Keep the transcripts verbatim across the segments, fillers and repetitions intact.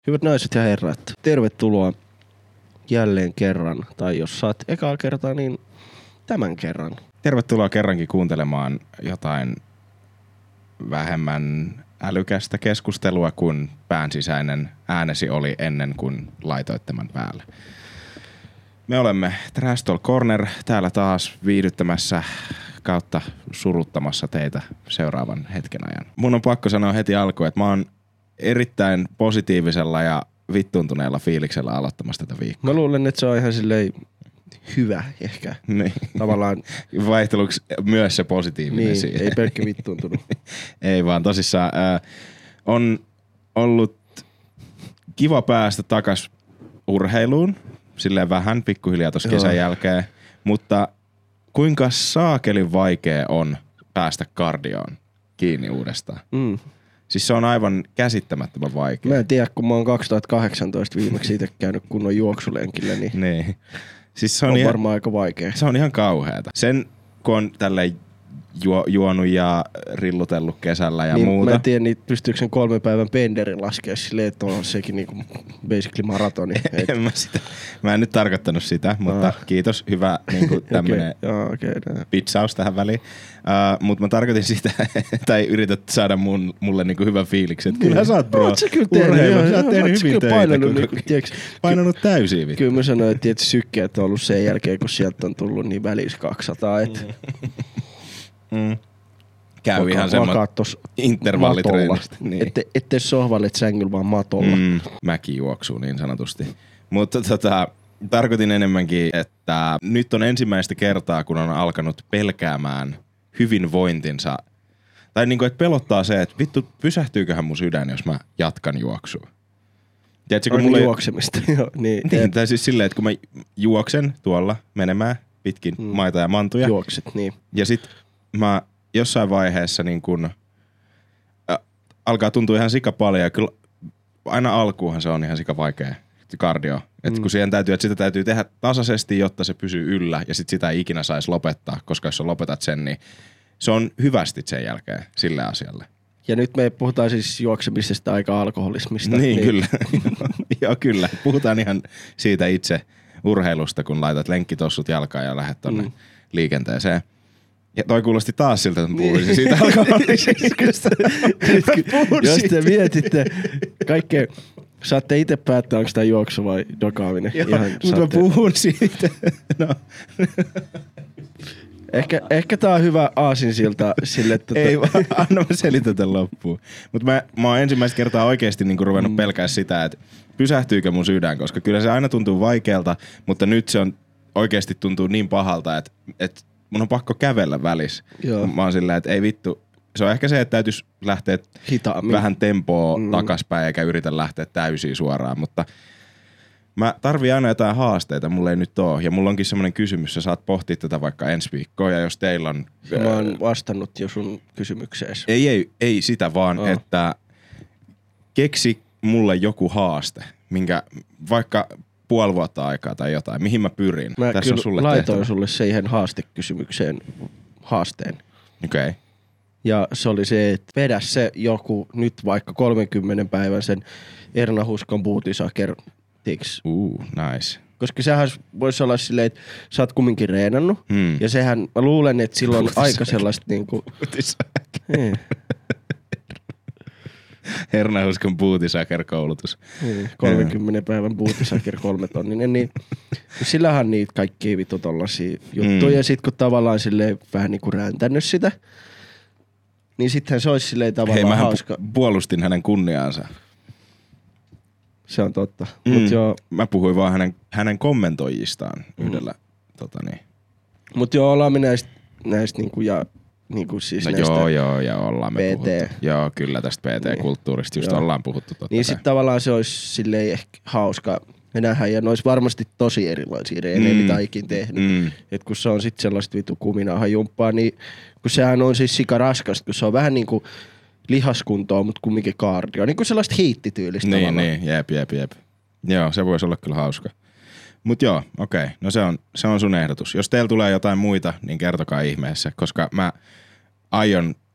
Hyvät naiset ja herrat, tervetuloa jälleen kerran, tai jos saat ekaa kertaa, niin tämän kerran. Tervetuloa kerrankin kuuntelemaan jotain vähemmän älykästä keskustelua kuin päänsisäinen äänesi oli ennen kuin laitoit tämän päälle. Me olemme Trash Talk Corner täällä taas viihdyttämässä kautta suruttamassa teitä seuraavan hetken ajan. Mun on pakko sanoa heti alkuun, että mä oon erittäin positiivisella ja vittuuntuneella fiiliksellä aloittamassa tätä viikkoa. Mä luulen, että se on ihan silleen hyvä ehkä. Niin. Tavallaan. Vaihteluksi myös se positiivinen niin, siihen. ei pelkkä vittuuntunut. Ei vaan tosissaan äh, on ollut kiva päästä takas urheiluun, silleen vähän pikkuhiljaa tuossa kesän jälkeen, mutta kuinka saakelin vaikea on päästä kardioon kiinni uudestaan. Mm. Siis se on aivan käsittämättömän vaikea. Mä en tiedä, kun mä oon kaksituhattakahdeksantoista viimeksi itse käynyt kunnon juoksulenkillä, niin, niin. Siis se on, on ihan, varmaan aika vaikea. Se on ihan kauheata. Sen kun on tälleen juo, juonut ja rillutellut kesällä ja niin, muuta. Mä en tiedä, niin pystyykö sen kolmen päivän penderin laskea silleen, että on sekin niinku basically maratoni. en mä, sitä, mä en nyt tarkoittanut sitä, mutta ah. kiitos. Hyvä niinku tämmönen okay, okay, pitsaus tähän väliin. Uh, mutta mä tarkoitin sitä, tai yrität saada mun, mulle niinku hyvän fiiliksen. Niin. Kyllähän sä oot bro. Oot sä kyllä tehnyt. Urheilu, sä oot tehnyt hyvin töitä. Painanut, niinku, tiiäks, painanut täysiä vittu. Kyllä mä sanoin, että tietysti sykkeet on ollut sen jälkeen, kun sieltä on tullut niin välissä kaksisataa. Et mm. Käy Vaka, ihan semmoinen intervallitreenistä. Niin. Ette, ette sohvallit sängyllä, vaan matolla. Mm, mäki juoksuu niin sanotusti. Mutta tota, tarkoitin enemmänkin, että nyt on ensimmäistä kertaa, kun on alkanut pelkäämään hyvinvointinsa. Tai niinku, että pelottaa se, että vittu, pysähtyyköhän mun sydän, jos mä jatkan juoksua. Tiedätkö, kun mulla juoksemista. Joo, niin, niin, tai siis silleen, että kun mä juoksen tuolla menemään pitkin mm. maita ja mantuja. Juokset, niin. Ja sit mä jossain vaiheessa niin kun, ä, alkaa tuntua ihan sika paljon ja kyllä aina alkuunhan se on ihan sika vaikea kardio. Et mm. kun siihen täytyy, että sitä täytyy tehdä tasaisesti, jotta se pysyy yllä ja sit sitä ei ikinä saisi lopettaa, koska jos sä lopetat sen, niin se on hyvästi sen jälkeen sille asialle. Ja nyt me puhutaan siis juoksemisesta aika alkoholismista. Niin, niin. Kyllä. Joo, kyllä. Puhutaan ihan siitä itse urheilusta, kun laitat lenkkitossut jalkaan ja lähdet tonne mm. liikenteeseen. Ja toi kuulosti taas siltä, että mä puhuisin siitä alkoholisesta. Jos te mietitte kaikkea, saatte itse päättää, onko tämä juoksu vai dokaaminen. Joo, mutta mä puhun siitä. No. Ehkä, ehkä tää on hyvä aasinsilta sille, että... Ei vaan, anna mä selitän tän loppuun. Mutta mä, mä oon ensimmäistä kertaa oikeesti niinku ruvennut mm. pelkää sitä, että pysähtyykö mun sydän, koska kyllä se aina tuntuu vaikealta, mutta nyt se on oikeesti tuntuu niin pahalta, että, että mun on pakko kävellä välissä. Joo. Mä oon silleen, että ei vittu. Se on ehkä se, että täytyisi lähteä hitaammin vähän tempoa mm. takaspäin eikä yritä lähteä täysin suoraan, mutta mä tarvii aina jotain haasteita, mulla ei nyt oo. Ja mulla onkin semmonen kysymys, sä saat pohtia tätä vaikka ensi viikkoa ja jos teillä on... Mä oon vastannut jo sun kysymykseesi. Ei, ei, ei sitä vaan, oh. että keksi mulle joku haaste, minkä vaikka puoli vuotta aikaa tai jotain, mihin mä pyrin. Mä Tässä kyllä on sulle laitoin tehtävä. Sulle siihen haastekysymykseen haasteen. Okei. Okay. Ja se oli se, että vedä se joku nyt vaikka kolmenkymmenen päivän sen Erna Huskan Bootysucker tiks. Uh, nice. Koska sehän voisi olla silleen, että sä oot kumminkin reenannut. Hmm. Ja sehän, mä luulen, että silloin on aika sellaista niinku... Bootysucker. Erna Huskan Bootysucker-koulutus. Niin, kolmenkymmenen päivän Bootysucker kolmetonninen, niin sillähän niitä kaikkia vittu tollasia juttuja. Mm. Ja sit kun tavallaan silleen vähän niinku rääntännyt sitä, niin sittenhän se olisi silleen tavallaan Hei, hauska. Hei, puolustin hänen kunniaansa. Se on totta. Mm. Mut joo. Mä puhuin vaan hänen, hänen kommentoijistaan mm. yhdellä, tota niin. Mut joo, ollaan me näistä, näistä niinku ja niinku siis no näistä joo, joo, ja ollaan me P T. puhuttu. Joo, kyllä tästä P T-kulttuurista just joo. ollaan puhuttu totta Niin kai. sit tavallaan se olisi silleen ehkä hauska nähdä ja ne olisi varmasti tosi erilaisia reenejä, mm. mitä ikin tehnyt. Mm. Et kun se on sit sellaista vitu kuminaahan jumppaa, niin kun sehän on siis sika raskasta, kun se on vähän niinku lihaskuntoa, mut kumminkin kardio. Niinku sellaista hiittityylistä niin, tavallaan. Niin, jep, jep, jep. Joo, se voisi olla kyllä hauska. Mut joo, okei. Okay. No se on, se on sun ehdotus. Jos teillä tulee jotain muita, niin kertokaa ihmeessä, koska mä aion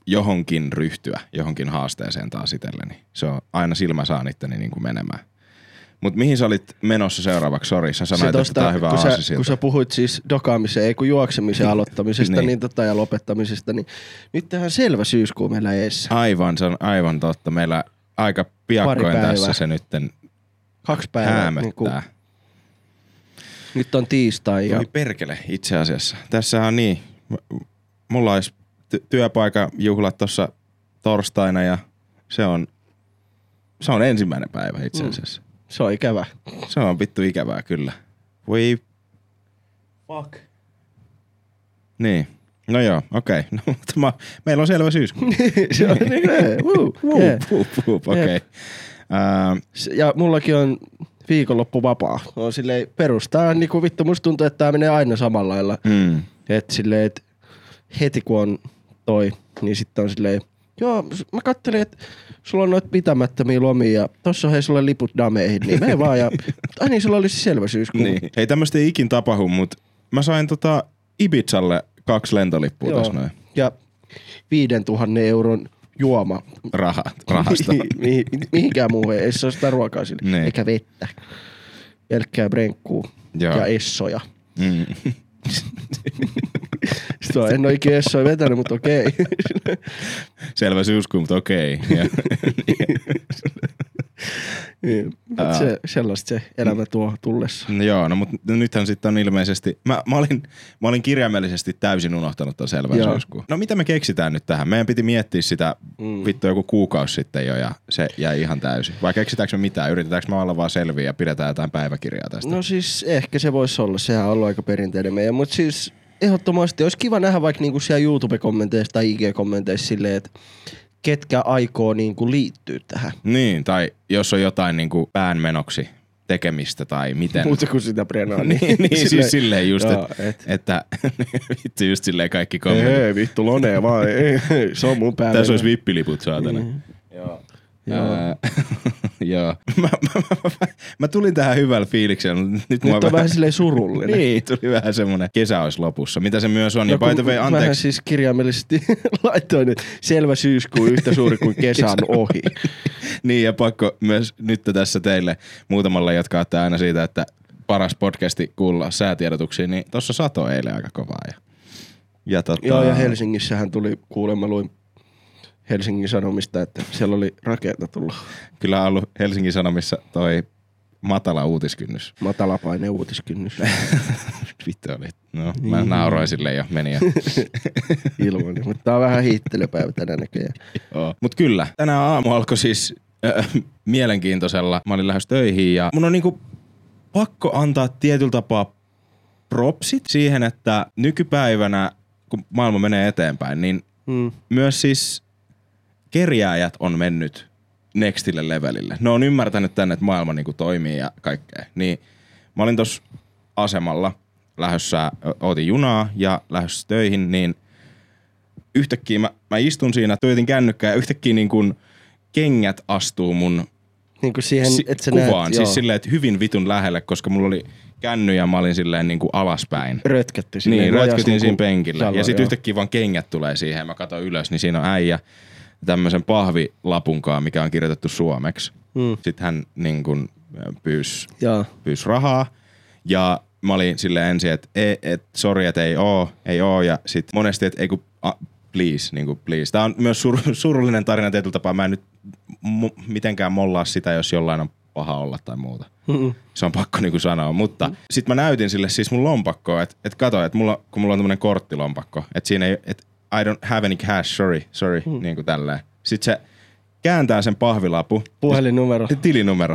johonkin ryhtyä, johonkin haasteeseen taas itselleni. Se on aina silmä saa itteni niin kuin menemään. Mut mihin sä olit menossa seuraavaksi? Sori, sä sanoit, tosta, että tää on hyvä aasi siltä. Kun sä puhuit siis dokaamisen, ei kun juoksemisen aloittamisesta niin. Niin tota, ja lopettamisesta, niin nyt tähän selvä syyskuu meillä eessä. Aivan, se on aivan totta. Meillä aika piakkoin tässä se nytten Kaksi päivää. Häämöttää. Niin kuin, nyt on tiistai. Ja... Oi perkele itse asiassa. Tässä on niin. Mulla olisi ty- työpaikan juhlat tossa torstaina ja se on, se on ensimmäinen päivä itse asiassa. Mm. Se on ikävä. Se on vittu ikävää kyllä. Voi... Fuck. Niin. No joo, okei. Okay. No, mutta mä, meillä on selvä syyskuu. Se on niin kuin, okei. Ja mullakin on viikonloppu vapaa. On silleen perustaa, niinku vittu musta tuntuu, että tää menee aina samalla lailla. Mm. Et silleen, et heti kun on toi, niin sitten on silleen, joo, mä kattelin, että sulla on noita pitämättömiä lomia ja tossa on hei sulle liput dameihin, niin mene vaan ja, ai niin, sulla olisi selvä syyskuu. Niin. Hei, tämmöstä ei ikin tapahdu, mut mä sain tota Ibizalle kaksi lentolippua joo. tossa noin. Ja viidentuhannen euron juoma. Raha, rahasta. Mihin, mihinkään muuhun ei se ole sitä ruokaa sille. Niin. Eikä vettä. Pelkkää brenkkuu joo. ja essoja. Mm. Sitten on, en ole ikinä essoja vetänyt, mutta okei. Selvä syyskuu, mutta okei. Niin, uh, se, sellaista se elämä tuo tullessa. No joo, no mutta nythän sitten on ilmeisesti, mä, mä, olin, mä olin kirjaimellisesti täysin unohtanut ton selvän syyskuun. No mitä me keksitään nyt tähän? Meidän piti miettiä sitä mm. vittu joku kuukausi sitten jo ja se jäi ihan täysin. Vai keksitäänkö me mitään? Yritetäänkö me olla vaan selviä ja pidetään jotain päiväkirjaa tästä? No siis ehkä se voisi olla, sehän on ollut aika perinteinen meidän, mutta siis ehdottomasti olisi kiva nähdä vaikka niinku siellä YouTube-kommenteissa tai I G-kommenteissa silleen, että ketkä aikoo niinku liittyä tähän. Niin, tai jos on jotain niinku päänmenoksi tekemistä tai miten. Muuta kuin sitä Brenaa. niin, niin silleen, siis silleen just, joo, et, et. että vittu just silleen kaikki kommentit. Ei, vittu lonee vaan, ei, ei, se on mun päällä. Tässä olisi vippiliput saatana. Mm. Joo. Joo. Ää, joo. Mä, mä, mä, mä, mä tulin tähän hyvällä fiiliksellä. Nyt, nyt on vähän, vähän silleen surullinen. Niin, tuli vähän semmonen kesä olisi lopussa. Mitä se myös on. No, ja by the way, anteeksi. Mähän siis kirjaimellisesti laitoin, että selvä syyskuu yhtä suuri kuin kesä on ohi. Niin ja pakko myös nyt tässä teille muutamalle, jotka olette aina siitä, että paras podcasti kuulla säätiedotuksia, niin tossa satoi eilen aika kovaa. Ja, ja tota... Joo ja Helsingissähän tuli kuulemma luin Helsingin Sanomista, että siellä oli rakeita tullut. Kyllä on ollut Helsingin Sanomissa toi matala uutiskynnys. Matalapaine uutiskynnys. Vittu oli. No, mä nauroin silleen jo, meni jo. Ilman, mutta tää on vähän hiittelypäivä tänään näköjään. Joo. Mut kyllä, tänään aamu alkoi siis äh, mielenkiintoisella. Mä olin lähes töihin ja mun on niinku pakko antaa tietyllä tapaa propsit siihen, että nykypäivänä, kun maailma menee eteenpäin, niin hmm. myös siis kerjääjät on mennyt nextille levelille. Ne on ymmärtänyt tänne, että maailma niinku toimii ja kaikkea. Niin mä olin tossa asemalla lähdössä, ootin junaa ja lähdössä töihin, niin yhtäkkiä mä, mä istun siinä, tuijotin kännykkää ja yhtäkkiä niin kun kengät astuu mun niin kuin siihen, si- että sä kuvaan. näet, siis joo. silleen, että hyvin vitun lähelle, koska mulla oli känny ja mä olin silleen niin kuin alaspäin. Rötkätty silleen. Niin, rötkätin siinä penkillä. Salo, ja sit joo. yhtäkkiä vaan kengät tulee siihen ja mä katson ylös, niin siinä on äijä tämmöisen pahvilapunkaan, mikä on kirjoitettu suomeksi. Hmm. Sitten hän niin kuin pyysi pyys rahaa ja mä olin silleen ensin, että et, et, sori, että ei oo, ei oo ja sit monesti, että ei kun, ah, please, niin kuin please. Tää on myös sur, surullinen tarina tietyllä tapaa. Mä en nyt m- mitenkään mollaa sitä, jos jollain on paha olla tai muuta. Mm-mm. Se on pakko niinku sanoa, mutta mm. sit mä näytin sille siis mun lompakkoa, että et kato, että mulla, kun mulla on tämmönen korttilompakko, että siinä ei, että I don't have any cash, sorry, sorry, mm. niinku tälleen. Sit se kääntää sen pahvilapu. Puhelinnumero. Tilinumero.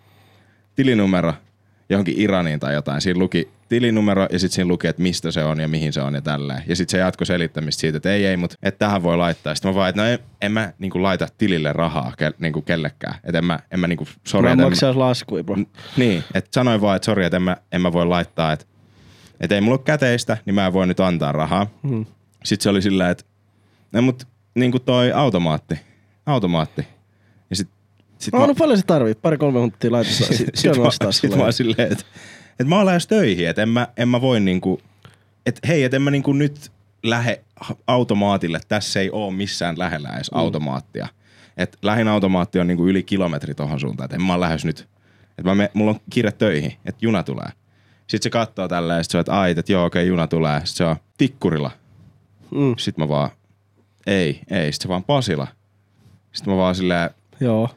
Tilinumero johonkin Iraniin tai jotain. Siinä luki tilinumero ja sit siinä luki, että mistä se on ja mihin se on ja tälleen. Ja sit se jatkoi selittämistä siitä, että ei ei, mutta että tähän voi laittaa. Sitten mä vaan, että no en, en mä niinku laita tilille rahaa ke, niinku kellekään. Että en mä, en mä niinku, sori. Mä maksaa laskuja, bro. Niin, että sanoin vaan, että sori, että en mä, en mä voi laittaa, että et ei mulla ole käteistä, niin mä en voi nyt antaa rahaa. Hmm. Sitten se oli sillä, että no mut niinku toi automaatti, automaatti. Ja sit Sit mä, mä... paljon sä tarvit, pari-kolme huntia laitetaan, sit, sit, sit, sit, sit mä oon silleen, että et mä oon lähes töihin, että en mä, en mä voi niinku, että hei, että en mä niinku nyt lähe automaatille. Tässä ei ole missään lähellä edes mm. automaattia. Et lähin automaatti on niinku yli kilometri tohon suuntaan, että en mä oon lähes nyt. Et mä me, mulla on kiire töihin, että juna tulee. Sitten se katsoo tälleen ja sit se on, että ait, että joo okei, okay, juna tulee. Sitten se on Tikkurila. Mm. Sitten mä vaan, ei, ei. Sitten se vaan Pasila. Sitten mä vaan silleen, joo.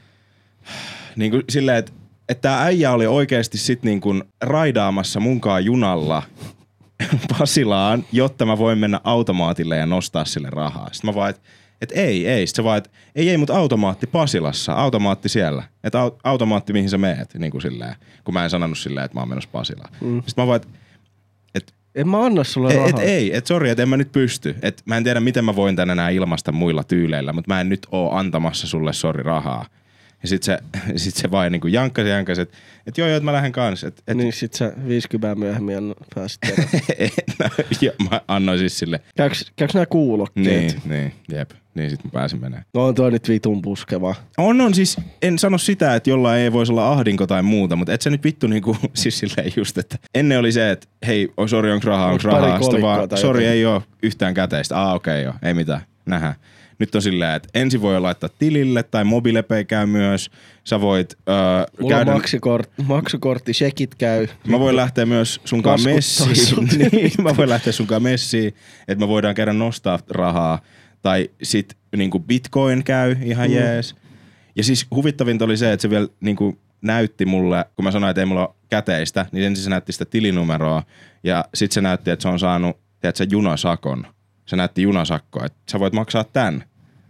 Niin kuin silleen, että että tää äijä oli oikeesti sit niin kuin raidaamassa munkaan junalla Pasilaan, jotta mä voin mennä automaatille ja nostaa sille rahaa. Sitten mä vaan, että et ei, ei. Sitten se vaan, että ei, ei, mutta automaatti Pasilassa, automaatti siellä. Että au- automaatti, mihin sä meet, niin kuin silleen. Kun mä en sanonut silleen, että mä oon menossa Pasilaan. Mm. Sitten mä vaan, että et, en mä anna sulle et, rahaa. Et ei, että sori, että en mä nyt pysty. Et mä en tiedä, miten mä voin tän enää ilmaista muilla tyyleillä, mutta mä en nyt oo antamassa sulle sori rahaa. Ja sit se, sit se vain niinku jankkasi jankkasi, että et joo joo, että mä lähden kanssa. Et, et niin sit sä viisikymmentä myöhemmin anna päästä. no, ja mä annoin siis sille. Käyks, käyks nää kuulokkeet? Niin, niin, jep. Niin sit mä pääsin menee. No on toi nyt vitun puskeva. On, on siis, en sano sitä, että jollain ei voisi olla ahdinko tai muuta, mutta et sä nyt vittu niinku, siis silleen just, että ennen oli se, että hei, oh, sori, onks rahaa, onks rahaa, sitten vaan, sori, ei oo yhtään käteistä, aa okei okay, joo, ei mitään, nähdään. Nyt on silleen, että ensin voi laittaa tilille tai MobilePay käy myös. Sä voit öö, mulla käydä... on maksukortti, maksukortti, shekit käy. Mä voin lähteä myös sunkaan messiin. Niin, mä voin lähteä sunkaan messiin, että me voidaan käydä nostaa rahaa. Tai sit niinku Bitcoin käy ihan mm. jees. Ja siis huvittavinta oli se, että se vielä niinku näytti mulle, kun mä sanoin, että ei mulla ole käteistä, niin ensin se näytti sitä tilinumeroa. Ja sit se näytti, että se on saanut, tiedätkö, junasakon. Se näytti junasakkoa, että sä voit maksaa tän.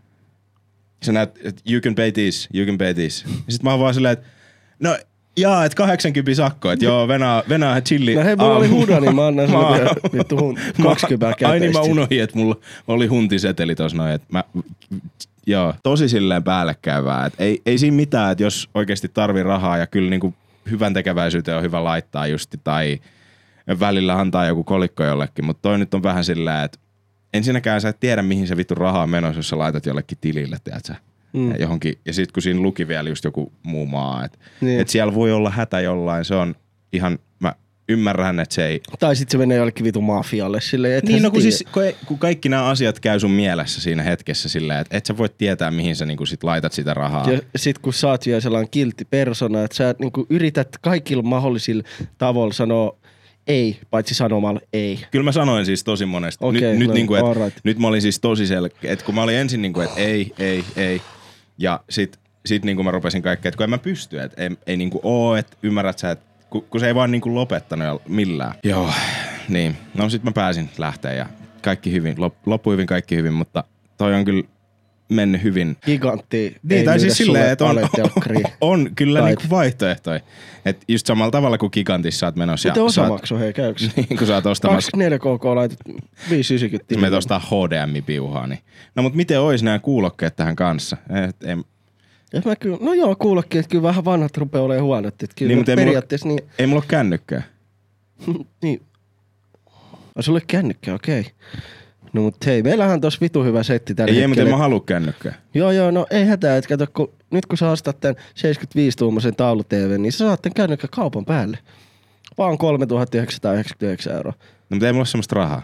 Se näytti, että you can pay this, you can pay this. Ja sit mä oon vaan silleen, että no jaa, että kahdeksankymmentä sakko, että joo, venaa, venaa chilli. No hei, mulla oli huda, niin mä annan sulle vielä vittu hun, kaksikymmentä käteistä. Ai niin mä unohdin, että mulla oli huntiseteli tossa noin, että mä, joo, tosi silleen päällekkäyvää. Että ei, ei siinä mitään, että jos oikeasti tarvii rahaa ja kyllä niinku hyvän tekeväisyyteen on hyvä laittaa justi tai välillä antaa joku kolikko jollekin, mutta toi nyt on vähän silleen, että ensinnäkään sä et tiedä, mihin se vittu raha on menossa, jos sä laitat jollekin tilille, tiedätkö? Mm. Johonkin. Ja sit kun siinä luki vielä just joku muu maa, että niin. et siellä voi olla hätä jollain, se on ihan, mä ymmärrän, että se ei... Tai sit se menee jollekin vitun mafialle silleen, että niin, no kun, siis, kun, kun kaikki nämä asiat käy sun mielessä siinä hetkessä silleen, että et sä voit tietää, mihin sä niinku sit laitat sitä rahaa. Ja sit kun sä oot vielä sellainen kiltti persona, että sä niinku yrität kaikilla mahdollisilla tavoilla sanoa ei, paitsi sanomalla ei. Kyllä mä sanoin siis tosi monesti. Okay, nyt, nyt, no, niinku, et, right. nyt mä olin siis tosi selkeä, että kun mä olin ensin niinku, että ei, ei, ei. Ja sit, sit niinku mä rupesin kaikkea, että kun en mä pysty, että ei, ei niinku oo, että ymmärrät sä, että kun, kun se ei vaan niinku lopettanut millään. Joo, niin. No sit mä pääsin lähteä ja kaikki hyvin, loppu hyvin, kaikki hyvin, mutta toi on kyllä mennyt hyvin. Gigantti. Niin, tai siis silleen, että on, on, on kyllä niinku vaihtoehtoja. Että just samalla tavalla kuin Gigantissa sä oot menossa. Miten osamaksu, hei, käyks? Niin, kun sä oot ostamassa. kaksikymmentäneljä kk laitat viisi yhdeksänkymmentä. Meet ostaa H D M-piuhaa. Niin. No mut miten ois nämä kuulokkeet tähän kanssa? Et, ei... Ja mä kyllä, no joo, kuulokkeet kyllä vähän vanhat rupeaa olemaan huonot. Että kyllä niin, periaatteessa mulla, niin... Ei mulla ole kännykkää. niin. Ai sulla ei kännykkää, okei. Okay. No mut hei, meillähän on tossa vitu hyvä setti tällä ei, hetkellä. Ei, mutta en mä halua kännykkää. Joo, joo, no ei hätää, että kato, kun, nyt kun sä ostat tän seitsemänkymmentäviisi tuumaisen taulu-T V, niin sä saat tän kännykkä kaupan päälle. Vaan kolmetuhatta yhdeksänsataayhdeksänkymmentäyhdeksän euroa. No mutta ei mulla ole semmoista rahaa.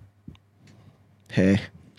Hei.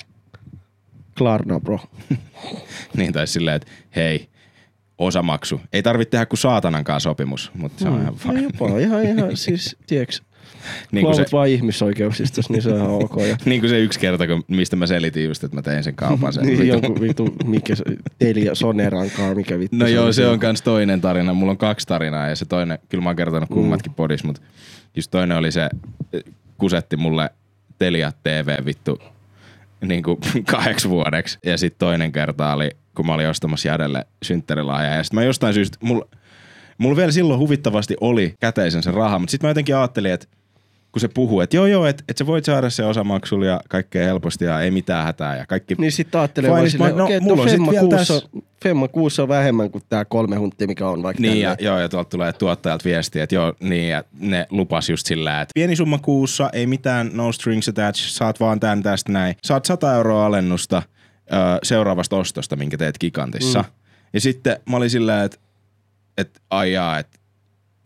Klarna, bro. niin, tai silleen, että hei, osamaksu. Ei tarvitse tehdä kuin saatanankaan sopimus, mutta se on mm, ihan fine. Jopa, ihan, ihan, siis, tiiäks, niin kun se vaan ihmisoikeuksista, niin se on ihan ok. Ja... niin kuin se yksi kerta, mistä mä selitin just, että mä tein sen kaupan. Sen niin, jonkun vitu, mikä se, Telia Sonerankaan, mikä vittu. No joo, se on kans toinen tarina. Mulla on kaksi tarinaa ja se toinen, kyllä mä oon kertonut kummatkin mm. podis, mutta just toinen oli se, kusetti mulle Telia T V vittu niinku kahdeksi vuodeksi. Ja sit toinen kerta oli, kun mä olin ostamassa Jadelle synttärilahjaa. Ja sit mä jostain syystä, mulla, mulla vielä silloin huvittavasti oli käteisen se raha, mutta sit mä jotenkin ajattelin, että kun se puhuu, että joo joo, että et sä voit saada se osamaksulla ja kaikkea helposti ja ei mitään hätää ja kaikki. Niin sit ajattelee vaan silleen, no, okei, okay, no Femma, kuussa, Femma kuussa on vähemmän kuin tää kolme hunttia, mikä on vaikka niin ja, joo, ja tuolta tulee tuottajalta viestiä, että joo, niin ja ne lupas just sillä, että pieni summa kuussa, ei mitään, no strings attached, saat vaan tän tästä näin. Saat sata euroa alennusta ö, seuraavasta ostosta, minkä teet Gigantissa. Mm. Ja sitten mä olin sillä, että et, ai jaa, että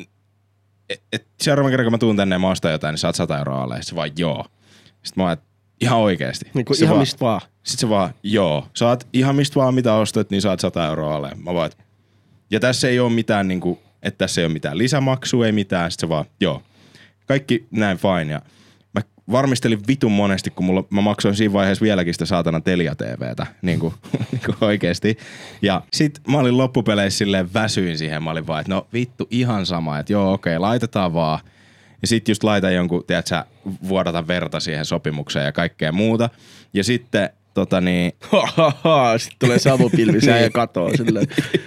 et seuraavan kerran, kun mä tuun tänne ja mä ostan jotain, niin saat sata euroa alle. Sitten vaan joo. Sitten mä oon, että Ihan oikeesti. Niin kuin se ihan vaan, mistä vaan. Sit se vaan, joo, saat ihan mistä vaan mitä ostat, niin saat sata euroa alle. Mä vaan, ja tässä ei ole mitään niinku, että tässä ei ole mitään lisämaksua, ei mitään. Sit se vaan, joo. Kaikki näin fine. Ja mä varmistelin vitun monesti, kun mulla, mä maksoin siinä vaiheessa vieläkin sitä saatana Telia-T V:tä. Niinku, niinku oikeesti. Ja sit mä olin loppupeleissä silleen väsyin siihen. Mä olin vaan, että no vittu ihan sama. Että joo okei, okay, laitetaan vaan. Ja sit just laitan jonkun, tiedät sä, vuodata verta siihen sopimukseen ja kaikkea muuta. Ja sitten tota niin... Sitten tulee savupilvisää ja katoo silleen.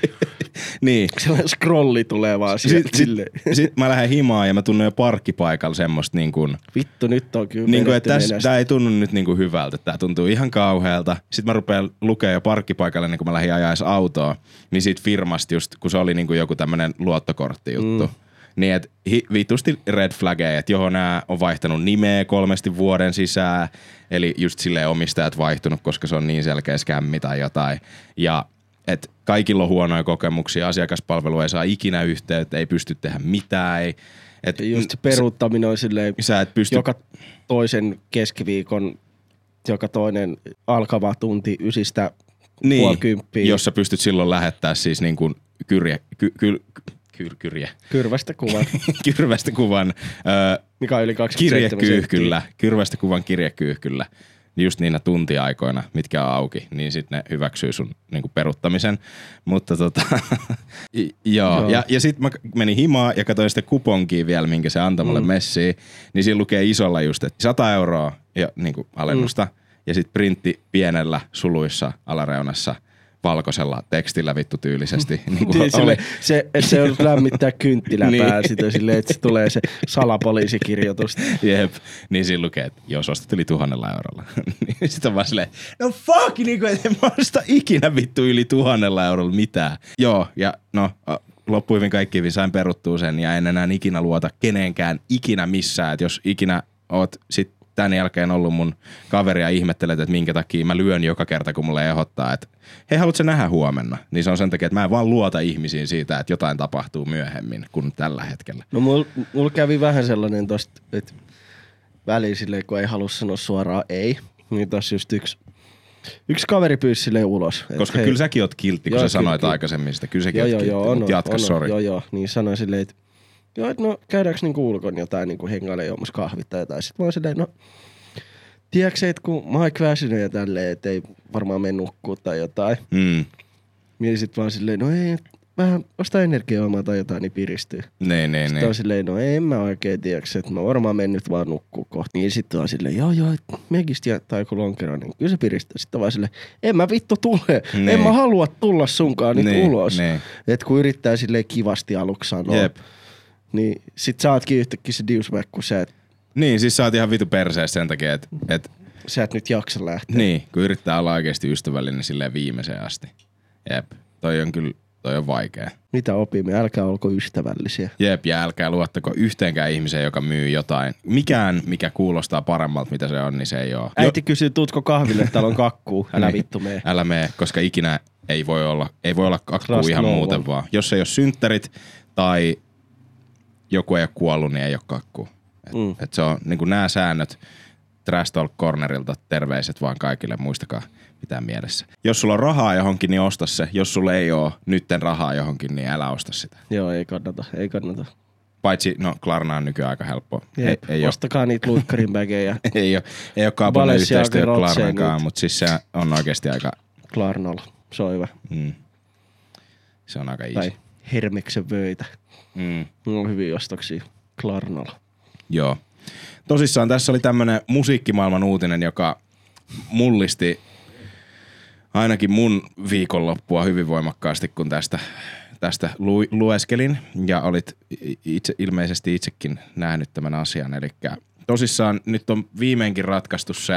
Niin. Sellainen scrolli tulee vaan sieltä sit, silleen. Sit, sit mä lähden himaan ja mä tunnen jo parkkipaikalla semmoista niin kuin... Vittu, nyt on kyllä niin kuin, että täs, tää ei tunnu nyt niin kuin hyvältä. Tää tuntuu ihan kauhealta. Sitten mä rupean lukemaan jo parkkipaikalle, niin kun mä lähdin ajaa autoa. Niin siitä firmasta just, kun se oli niin kuin joku tämmönen luottokorttijuttu. Mm. Niin, että vitusti red flageja, että johon nämä on vaihtanut nimeä kolmesti vuoden sisään. Eli just silleen omistajat vaihtunut, koska se on niin selkeä skämmi tai jotain. Ja että kaikilla on huonoja kokemuksia, asiakaspalvelu ei saa ikinä yhteyttä, ei pysty tehdä mitään. Ei, et, just se peruuttaminen on silleen, sä et pysty... joka toisen keskiviikon, joka toinen alkava tunti ysistä niin, puoli kymppiä. Jos sä pystyt silloin lähettää siis niin kuin kyrje... Ky, ky, Kyr, kyrje. Kyrvästä kuvan. Kyrvästä kuvan. Öö, Mikä on yli kaksikymmentäseitsemän kirjekyyhkyllä. Kyrvästä kuvan kirjekyyhkyllä. Just niinä tuntiaikoina, mitkä on auki, niin sitten ne hyväksyy sun niinku peruttamisen. Mutta tota, joo. joo. Ja, ja sitten mä menin himaan ja katsoin sitä kuponkia vielä, minkä se antoi mulle mm. messiin. Niin siinä lukee isolla just, että sata euroa ja, niinku alennusta. Mm. Ja sitten printti pienellä suluissa alareunassa. Valkoisella tekstillä vittu tyylisesti. Niin kuin niin, oli. Se, että se on lämmittää kynttilää niin. päällä sitä silleen, että se tulee se salapoliisikirjoitus. Jep. Niin siinä lukee, että jos ostat yli tuhannella eurolla. niin sitten on vaan silleen, no fuck, niin kuin, että en mä osta ikinä vittu yli tuhannella eurolla mitään. Joo, ja no loppuivin kaikki sain peruttua sen ja en enää ikinä luota kenenkään ikinä missään. Että jos ikinä oot sit tän jälkeen ollut mun kaveria ihmettelet, että minkä takia mä lyön joka kerta, kun mulle ehdottaa, että hei, haluatko sä nähdä huomenna? Niin se on sen takia, että mä en vaan luota ihmisiin siitä, että jotain tapahtuu myöhemmin kuin tällä hetkellä. No mulla mul kävi vähän sellainen tosta, että väliin silleen, kun ei halua sanoa suoraan ei, niin tossa just yksi, yksi kaveri pyysi silleen ulos. Koska hei, kyllä säkin oot kiltti, kun joo, sä sanoit kyllä, aikaisemmin sitä. Kyllä säkin joo, oot kiltti, joo, mutta jatka, sori. Joo, joo, niin sanoin silleen, että joo, että no käydäänkö niinku ulkon jotain niinku hengailee jommassa kahvit tai jotain. Sitten mä oon silleen, no tiedätkö että kun mä oon väsynyt ja tälleen, että ei varmaan mene nukkuu tai jotain. Mm. Niin sit vaan silleen, no ei, vähän osta energiaomaa tai jotain, niin piristyy. Nee, nee, sitten nee. on silleen, no en mä oikein tiedätkö, että mä varmaan menen nyt vaan nukkuu kohta. Niin sit on silleen, joo joo, mekistä jättää joku lonkero, niin kyllä se piristää. Sitten vaan silleen, en mä vittu tule, nee. en mä halua tulla sunkaan nyt nee, ulos. Nee. Että kun yrittää silleen kivasti aluksi sanoa. Jep. Niin sit sä ootkin yhtäkkiä se douchebag, kun sä et... Niin, siis sä oot ihan vitu perseessä sen takia, että... Et... Sä et nyt jaksa lähteä. Niin, kun yrittää olla oikeesti ystävällinen silleen viimeiseen asti. Jep, toi on kyllä, toi on vaikea. Mitä opimme? Älkää olko ystävällisiä. Jep, ja älkää luottako yhteenkään ihmiseen, joka myy jotain. Mikään, mikä kuulostaa paremmalta, mitä se on, niin se ei oo. Äiti jo... kysyy, tuutko kahville, täällä on kakkuu. Älä niin, vittu mee. Älä mee, koska ikinä ei voi olla, ei voi olla kakkuu Trust ihan no muuten one. Vaan. Jos ei ole synttärit tai... joku ei ole kuollut, niin ei ole kakkuu. Et, mm. et se on niinku nämä säännöt Trash Talk Cornerilta, terveiset vaan kaikille, muistakaa pitää mielessä. Jos sulla on rahaa johonkin, niin osta se. Jos sulla ei ole nytten rahaa johonkin, niin älä osta sitä. Joo, ei kannata, ei kannata. Paitsi, no Klarna on nykyään aika helppoa. Jep, ei, ei ostakaa ole. Niitä luikkarin bägejä. ei ole, ei ole kaupallinen yhteistyö Klarnankaan, mutta siis se on oikeasti aika... Klarnalla, se on hyvä. Mm. Se on aika easy. Tai Hermeksen vöitä. Mm. On hyviä ostoksia Klarnalla. Joo. Tosissaan tässä oli tämmönen musiikkimaailman uutinen, joka mullisti ainakin mun viikonloppua hyvin voimakkaasti, kun tästä, tästä lu, lueskelin. Ja olit itse, ilmeisesti itsekin nähnyt tämän asian. Elikkä tosissaan nyt on viimeinkin ratkaistu se,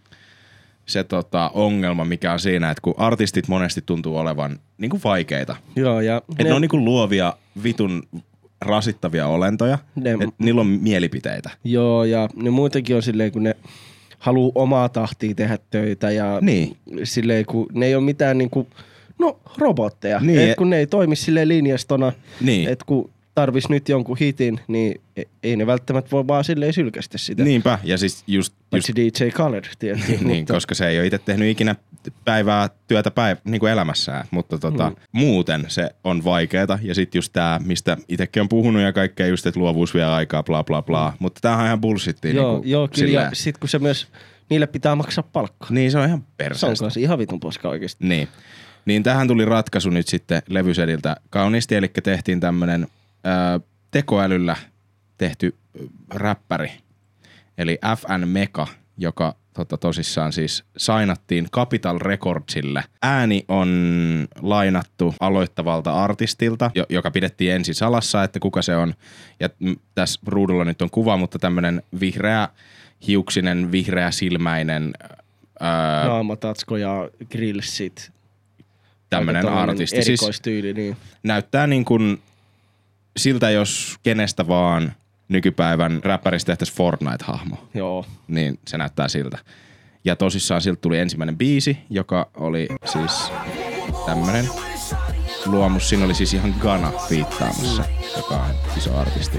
se tota, ongelma, mikä on siinä, että kun artistit monesti tuntuu olevan niinku vaikeita. Joo, ja että ne, ne on niinku luovia vitun rasittavia olentoja, ne, että niillä on mielipiteitä. Joo, ja ne muutenkin on silleen, kun ne haluu omaa tahtia tehdä töitä ja niin. silleen, kun ne ei ole mitään niinku, no robotteja. Niin. Et kun ne ei toimi silleen linjastona, niin. että kun tarvis nyt jonkun hitin, niin ei ne välttämättä voi vaan silleen sylkästä sitä. Niinpä, ja siis just... Paitsi just D J Khaled tietysti. niin, mutta... koska se ei ole itse tehnyt ikinä päivää työtä päivä, niin kuin elämässään, mutta tota, mm. muuten se on vaikeeta. Ja sitten just tää, mistä itsekin on puhunut ja kaikkea just, että luovuus vie aikaa, bla bla bla. Mm. Mutta tämähän on ihan bullshittia. Joo, niin joo kyllä. Ja sit kun se myös, niille pitää maksaa palkkaa. Niin, se on ihan perseestä. Se on kanssa ihan vitun paska oikeesti. Niin. Niin tähän tuli ratkaisu nyt sitten levysediltä kauniisti, eli tehtiin tämmönen ää, tekoälyllä tehty räppäri. Eli F N Meka, joka tota, tosissaan siis sainattiin Capital Recordsille. Ääni on lainattu aloittavalta artistilta, jo, joka pidettiin ensin salassa, että kuka se on. Ja m, tässä ruudulla nyt on kuva, mutta tämmönen vihreä hiuksinen, vihreä silmäinen ää, naamatatsko ja grillsit. Tämmönen artisti. Erikoistyyli, siis niin. Näyttää niin kuin siltä, jos kenestä vaan nykypäivän räppäristä tehtäisiin Fortnite-hahmo. Joo. Niin se näyttää siltä. Ja tosissaan siltä tuli ensimmäinen biisi, joka oli siis tämmönen luomus. Siinä oli siis ihan Ghana fiittaamassa, joka on iso artisti.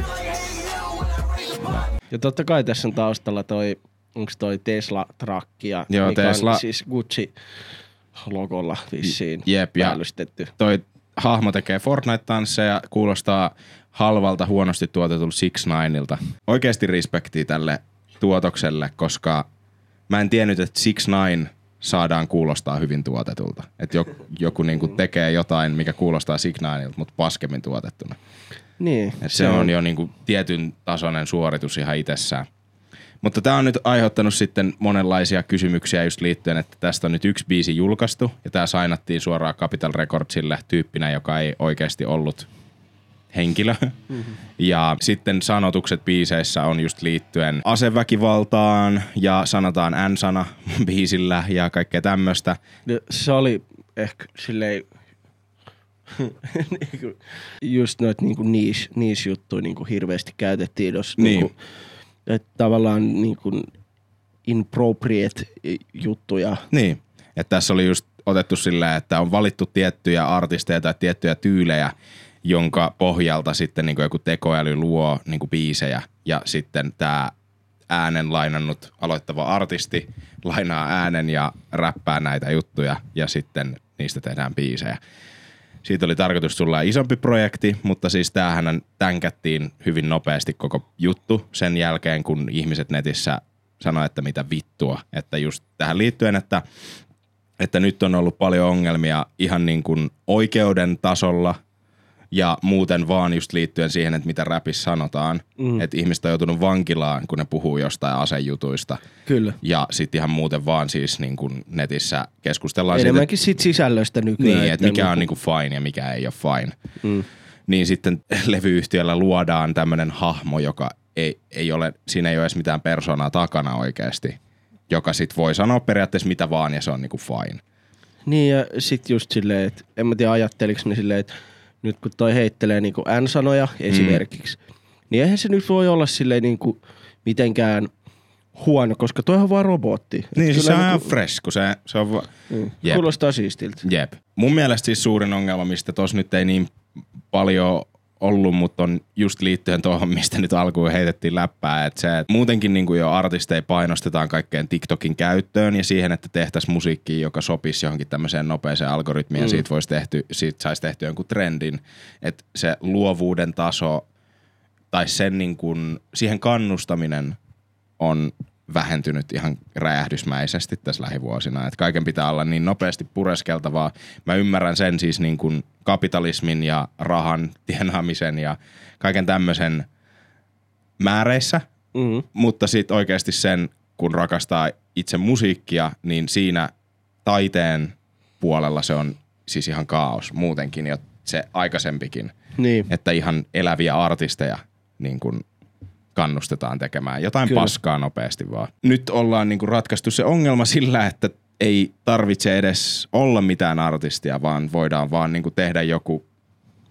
Ja, ja totta kai tässä on taustalla toi, onks toi Tesla-trakki ja joo, mikä Tesla, on siis Gucci-logolla vissiin jep, ja päällystetty. Toi hahmo tekee Fortnite-tansseja, kuulostaa halvalta, huonosti tuotetulta six nineilta. Oikeesti respektiä tälle tuotokselle, koska mä en tiennyt, että six nine saadaan kuulostaa hyvin tuotetulta. Että joku, joku niinku tekee jotain, mikä kuulostaa six nineilta, mutta paskemmin tuotettuna. Niin. Et se on, on jo niinku tietyn tasoinen suoritus ihan itsessään. Mutta tää on nyt aiheuttanut sitten monenlaisia kysymyksiä just liittyen, että tästä on nyt yksi biisi julkaistu ja tää sainattiin suoraan Capital Recordsille tyyppinä, joka ei oikeasti ollut henkilö. Mm-hmm. Ja sitten sanotukset biiseissä on just liittyen aseväkivaltaan ja sanotaan N-sana biisillä ja kaikkea tämmöstä. Se oli ehkä silleen just noita niinku niche, niche juttuja niinku hirveästi käytettiin jos niin. niinku, että tavallaan niinku inappropriate juttuja. Niin, että tässä oli just otettu sillä, että on valittu tiettyjä artisteja tai tiettyjä tyylejä, jonka pohjalta sitten niin kuin joku tekoäly luo niin kuin biisejä ja sitten tämä äänen lainannut aloittava artisti lainaa äänen ja räppää näitä juttuja ja sitten niistä tehdään biisejä. Siitä oli tarkoitus tulla isompi projekti, mutta siis tämähän tänkättiin hyvin nopeasti koko juttu sen jälkeen, kun ihmiset netissä sanoi, että mitä vittua. Että just tähän liittyen, että, että nyt on ollut paljon ongelmia ihan niin kuin oikeuden tasolla ja muuten vaan just liittyen siihen, että mitä räpissä sanotaan. Mm. Että ihmiset on joutunut vankilaan, kun ne puhuu jostain asejutuista. Kyllä. Ja sitten ihan muuten vaan siis niin kuin netissä keskustellaan enemmänkin siitä. siitä sisällöstä nykyään. Niin, että mikä on niin kuin fine ja mikä ei ole fine. Mm. Niin sitten levyyhtiöllä luodaan tämmönen hahmo, joka ei, ei ole, siinä ei ole edes mitään persoonaa takana oikeasti. Joka sit voi sanoa periaatteessa mitä vaan ja se on niin kuin fine. Niin ja sit just silleen, että en mä tiedä ajatteliks ne silleen, että nyt kun toi heittelee niinku N-sanoja esimerkiksi, mm. niin eihän se nyt voi olla silleen niinku mitenkään huono, koska toihan on vaan robotti. Niin, siis se on ihan niinku fresh, kun se, se on vaan... Mm. Kuulostaa siistiltä. Jep. Mun mielestä siis suurin ongelma, mistä tos nyt ei niin paljon ollut, mutta on just liittyen tuohon, mistä nyt alkuun heitettiin läppää, että se että muutenkin niin kuin jo artisteja painostetaan kaikkeen TikTokin käyttöön ja siihen, että tehtäisiin musiikkia, joka sopisi johonkin tämmöiseen nopeeseen algoritmiin mm. ja siitä, voisi tehty, siitä saisi tehty jonkun trendin, että se luovuuden taso tai sen niin kuin, siihen kannustaminen on vähentynyt ihan räjähdysmäisesti tässä lähivuosina. Että kaiken pitää olla niin nopeasti pureskeltavaa. Mä ymmärrän sen siis niin kuin kapitalismin ja rahan tienaamisen ja kaiken tämmöisen määreissä, mm-hmm. mutta sitten oikeasti sen, kun rakastaa itse musiikkia, niin siinä taiteen puolella se on siis ihan kaos muutenkin jo se aikaisempikin. Niin. Että ihan eläviä artisteja niin kuin kannustetaan tekemään jotain Kyllä. paskaa nopeasti vaan. Nyt ollaan niinku ratkaistu se ongelma sillä, että ei tarvitse edes olla mitään artistia, vaan voidaan vaan niinku tehdä joku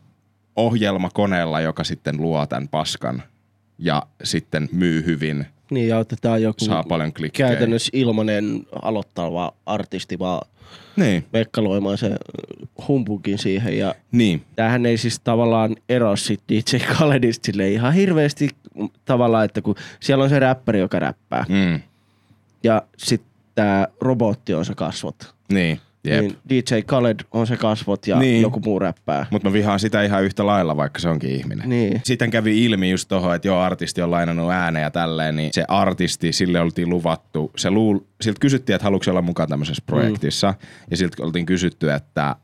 ohjelma koneella, joka sitten luo tämän paskan ja sitten myy hyvin Niin, ja otetaan joku saa paljon klikkejä. Käytännössä ilmanen aloittava artisti vaan niin. mekkaloimaan se humpukin siihen. Ja niin. tämähän ei siis tavallaan eroa sit D J Khaledista silleen ihan hirveästi tavallaan, että kun siellä on se räppäri, joka räppää. Mm. Ja sitten tää robotti on se kasvot. Niin. Jep. Niin D J Khaled on se kasvot ja niin. joku muu räppää. Mutta mä vihaan sitä ihan yhtä lailla, vaikka se onkin ihminen. Niin. Sitten kävi ilmi just tohon, että joo, artisti on lainannut ääneen ja tälleen, niin se artisti, sille oltiin luvattu. Se luul, siltä kysyttiin, että haluatko olla mukaan tämmöisessä projektissa. Mm. Ja siltä oltiin kysytty, että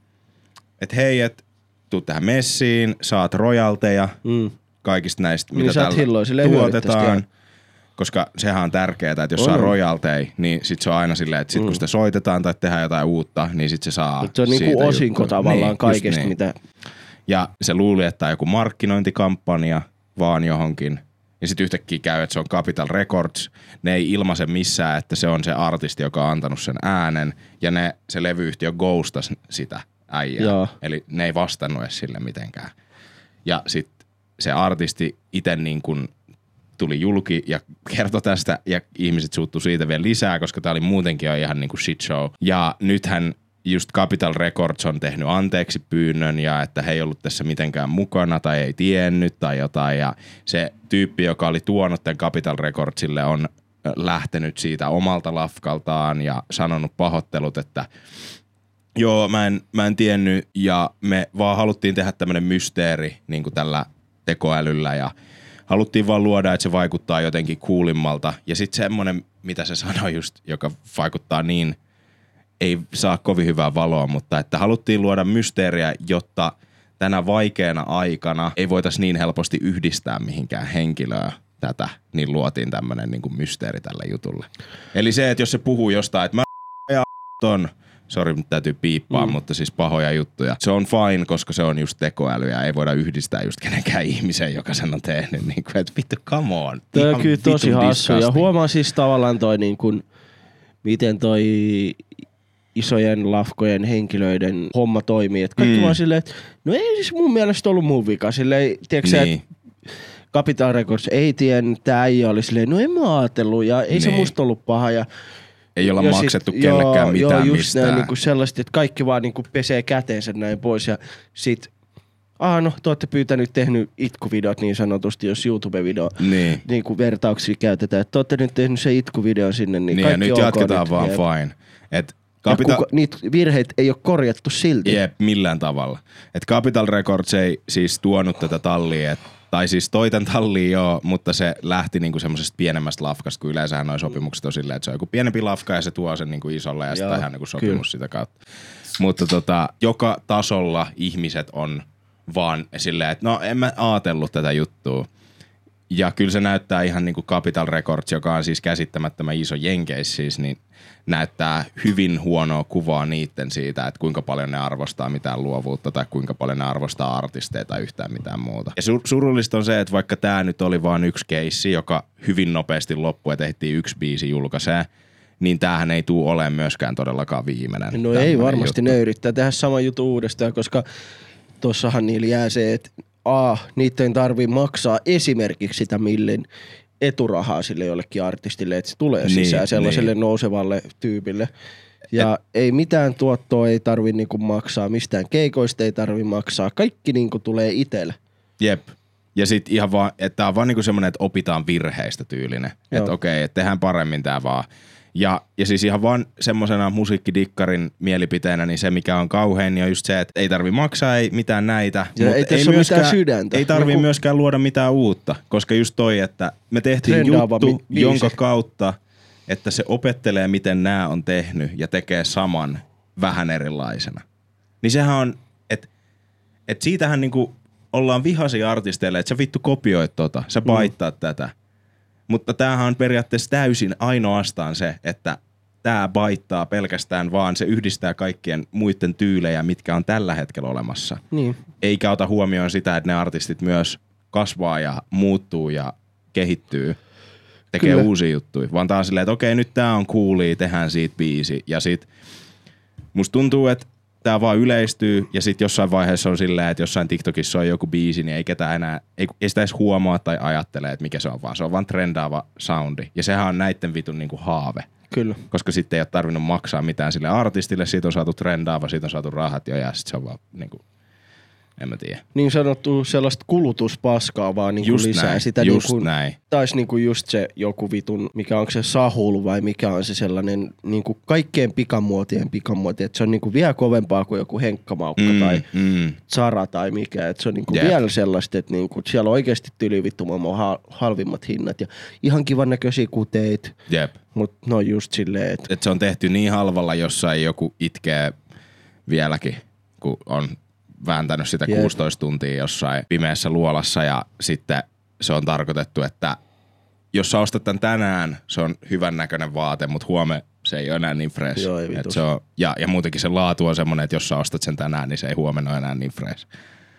et hei, et tuu tähän messiin, saat rojalteja mm. kaikista näistä, niin mitä täällä tuotetaan. Koska sehän on tärkeää, että jos on. saa rojalteja, niin sit se on aina silleen, että sit mm. kun sitä soitetaan tai tehdään jotain uutta, niin sit se saa Mut se on niinku osinko juttu. Tavallaan niin, kaikesta, niin. mitä... Ja se luuli, että on joku markkinointikampanja vaan johonkin. Ja sit yhtäkkiä käy, että se on Capital Records. Ne ei ilmaise missään, että se on se artisti, joka on antanut sen äänen. Ja ne, se levyyhtiö ghostas sitä äijää. Joo. Eli ne ei vastannut edes sille mitenkään. Ja sit se artisti ite niin kuin tuli julki ja kertoi tästä ja ihmiset suuttu siitä vielä lisää, koska tää oli muutenkin jo ihan niinku shit show. Ja nythän just Capital Records on tehnyt anteeksi pyynnön ja että he ei ollut tässä mitenkään mukana tai ei tiennyt tai jotain. Ja se tyyppi, joka oli tuonut tämän Capital Recordsille, on lähtenyt siitä omalta lafkaltaan ja sanonut pahoittelut, että joo, mä en, mä en tiennyt ja me vaan haluttiin tehdä tämmönen mysteeri niin kuin tällä tekoälyllä ja haluttiin vaan luoda, että se vaikuttaa jotenkin kuulimmalta. Ja sitten semmoinen, mitä se sanoi just, joka vaikuttaa niin, ei saa kovin hyvää valoa, mutta että haluttiin luoda mysteeriä, jotta tänä vaikeana aikana ei voitaisi niin helposti yhdistää mihinkään henkilöä tätä, niin luotiin tämmöinen niin kuin mysteeri tälle jutulle. Eli se, että jos se puhuu jostain, että mä ja ton, sori, nyt täytyy piippaa, mm. mutta siis pahoja juttuja. Se on fine, koska se on just tekoäly ja ei voida yhdistää just kenenkään ihmisen, joka sen on tehnyt. Niin kuin, että vittu, come on. Toi on kyllä tosi hassu. Ja huomaa siis tavallaan toi niin kuin, miten toi isojen lafkojen henkilöiden homma toimii. Että kaikki mm. vaan silleen, että no ei siis mun mielestä ollut mun vika. Silleen, tiedätkö niin. että Capital Records ei tiennyt, tää äijä oli silleen, no en mä ajatellut ja ei niin. se musta ollut paha ja ei olla ja maksettu sit, kellekään joo, mitään joo, just mistään. Näin, niin sellaiset, että kaikki vaan niin kuin pesee käteensä näin pois ja sit, aha no, te ootte pyytänyt tehnyt itkuvideot niin sanotusti, jos YouTube-video niin. niin kuin vertauksia käytetään, että te ootte nyt tehnyt se itkuvideon sinne, niin, niin kaikki ja nyt jatketaan nyt, vaan ja, fine. Et Capital... kuka, niitä virheitä ei ole korjattu silti. Jep, millään tavalla. Et Capital Records ei siis tuonut tätä tallia, et tai siis toi tän talliin joo, mutta se lähti niinku semmosesta pienemmästä lafkasta, kun yleensähän noi sopimukset on silleen, että se on joku pienempi lafka ja se tuo sen niinku isolle ja sitten tehdään niinku sopimus kyllä. sitä kautta. Mutta tota, joka tasolla ihmiset on vaan silleen, että no en mä ajatellut tätä juttua. Ja kyllä se näyttää ihan niinku Capital Records, joka on siis käsittämättömän iso jenkeissä siis, niin näyttää hyvin huonoa kuvaa niitten siitä, että kuinka paljon ne arvostaa mitään luovuutta tai kuinka paljon ne arvostaa artisteja tai yhtään mitään muuta. Ja sur- surullista on se, että vaikka tää nyt oli vaan yksi keissi, joka hyvin nopeasti loppui ja tehtiin yksi biisi julkaisee, niin tämähän ei tule olemaan myöskään todellakaan viimeinen. No ei varmasti, juttu. Ne yrittää tehdä sama juttu uudestaan, koska tossahan niillä jää se, että A, niiden tarvii maksaa esimerkiksi sitä millin eturahaa sille jollekin artistille, että se tulee sisään niin, sellaiselle niin. nousevalle tyypille. Ja Et, ei mitään tuottoa ei tarvi niinku maksaa, mistään keikoista ei tarvi maksaa. Kaikki niinku tulee itselle. Jep. Ja sit ihan vaan, että tää on vaan niinku semmonen, että opitaan virheistä tyylinen. Että okei, että tehdään paremmin tää vaan. Ja, ja siis ihan vaan semmosena musiikkidikkarin mielipiteenä, niin se mikä on kauhein, niin on just se, että ei tarvi maksaa, ei mitään näitä. Ja ei tässä ole mitään sydäntä. Ei tarvi Joku... myöskään luoda mitään uutta, koska just toi, että me tehtiin juttu, mi- jonka kautta, että se opettelee, miten nämä on tehnyt ja tekee saman vähän erilaisena. Niin sehän on, että et siitähän niinku ollaan vihaisia artisteille, että sä vittu kopioit tota, sä paittaat mm. tätä. Mutta tämähän on periaatteessa täysin ainoastaan se, että tämä baittaa pelkästään vaan, se yhdistää kaikkien muiden tyylejä, mitkä on tällä hetkellä olemassa. Niin. Eikä ota huomioon sitä, että ne artistit myös kasvaa ja muuttuu ja kehittyy, tekee Kyllä. uusia juttuja. Vaan taas silleen, että okei, nyt tää on coolia, tehdään siitä biisi. Ja sit musta tuntuu, että tää vaan yleistyy ja sit jossain vaiheessa on silleen, että jossain TikTokissa on joku biisi, niin ei ketään enää, ei, ei sitä edes huomaa tai ajattele, että mikä se on, vaan se on vaan trendaava soundi. Ja sehän on näitten vitun niinku haave. Kyllä. Koska sitten ei ole tarvinnut maksaa mitään sille artistille, siitä on saatu trendaava, siitä on saatu rahat jo ja sit se on vaan niinku, en mä tiedä. Niin sanottu sellaista kulutuspaskaa vaan niinku Just lisää. näin, Sitä just niinku, näin. Taisi niinku just se joku vitun, mikä onko se Sahul vai mikä on se sellainen niinku kaikkeen pikamuotien pikamuoti. Että se on niinku vielä kovempaa kuin joku Henkkamaukka Mm, tai mm. Zara tai mikä. Että se on niinku Jep. vielä sellaista, että niinku siellä on oikeasti tyli vittu maailman ha- halvimmat hinnat. Ja ihan kivan näköisiä kuteit, Jep. mutta ne on just silleen, että Et se on tehty niin halvalla, jossain joku itkee vieläkin, kun on vääntänyt sitä Jep. kuusitoista tuntia jossain pimeässä luolassa ja sitten se on tarkoitettu, että jos sä ostat tän tänään, se on hyvän näköinen vaate, mutta huomenna se ei ole enää niin fresh. Joo, ei Et vitus. se on, ja, ja muutenkin se laatu on semmoinen, että jos sä ostat sen tänään, niin se ei huomenna ole enää niin fresh.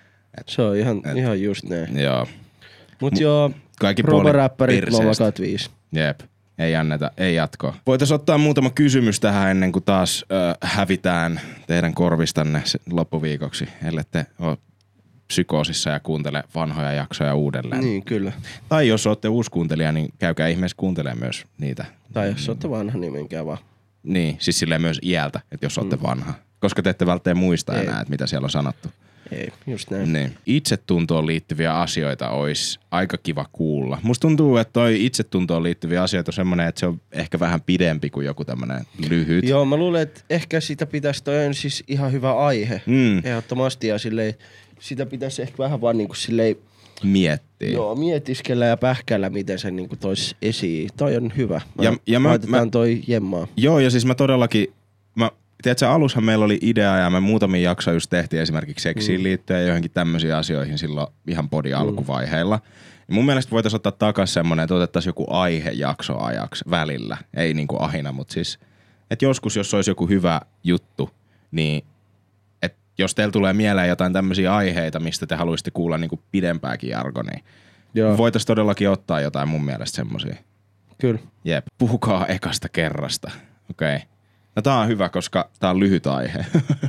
se on ihan, Et- ihan just näin. Joo. Mut joo, Kaikki puolin promo-räppärit perseestä. Lovakat viisi. Jep. Ei anneta, ei jatkoa. Voitaisiin ottaa muutama kysymys tähän ennen kuin taas ö, hävitään teidän korvistanne se- loppuviikoksi, ellette ole psykoosissa ja kuuntele vanhoja jaksoja uudelleen. Niin, kyllä. Tai jos olette uusi kuuntelija, niin käykää ihmeessä kuuntelemaan myös niitä. Tai jos olette vanha, niin menkää vaan. Niin, siis silleen myös iältä, että jos olette vanha. Koska te ette välttämättä muista Ei. enää, että mitä siellä on sanottu. Ei, just näin. Niin. Itsetuntoon liittyviä asioita olisi aika kiva kuulla. Musta tuntuu, että toi itsetuntoon liittyviä asioita on semmoinen, että se on ehkä vähän pidempi kuin joku tämmönen lyhyt. Joo, mä luulen, että ehkä sitä pitäisi, toi on siis ihan hyvä aihe. Mm. Ehdottomasti ja silleen, sitä pitäisi ehkä vähän vaan niinku silleen, Miettii. joo, mietiskellä ja pähkällä, miten se niinku tois esiin. Toi on hyvä. Mä, Ja- ja mä- laitetaan mä- toi jemmaa. Joo, ja siis mä todellakin, mä, tiedätkö, alushan meillä oli idea ja me muutamia jaksoja just tehtiin esimerkiksi seksiin mm. liittyen ja johonkin tämmöisiin asioihin silloin ihan podin mm. alkuvaiheilla. Ja mun mielestä voitaisiin ottaa takas semmonen, että otettaisiin joku aihejakso ajaksi välillä. Ei niinku ahina, mutta siis, että joskus jos olisi joku hyvä juttu, niin että jos teillä tulee mieleen jotain tämmöisiä aiheita, mistä te haluaisitte kuulla niinku pidempääkin jargonia, Joo, voitaisiin todellakin ottaa jotain mun mielestä semmosia. kyllä. Jep. Puhukaa ekasta kerrasta. Okei. Okay. No tää on hyvä, koska tää on lyhyt aihe.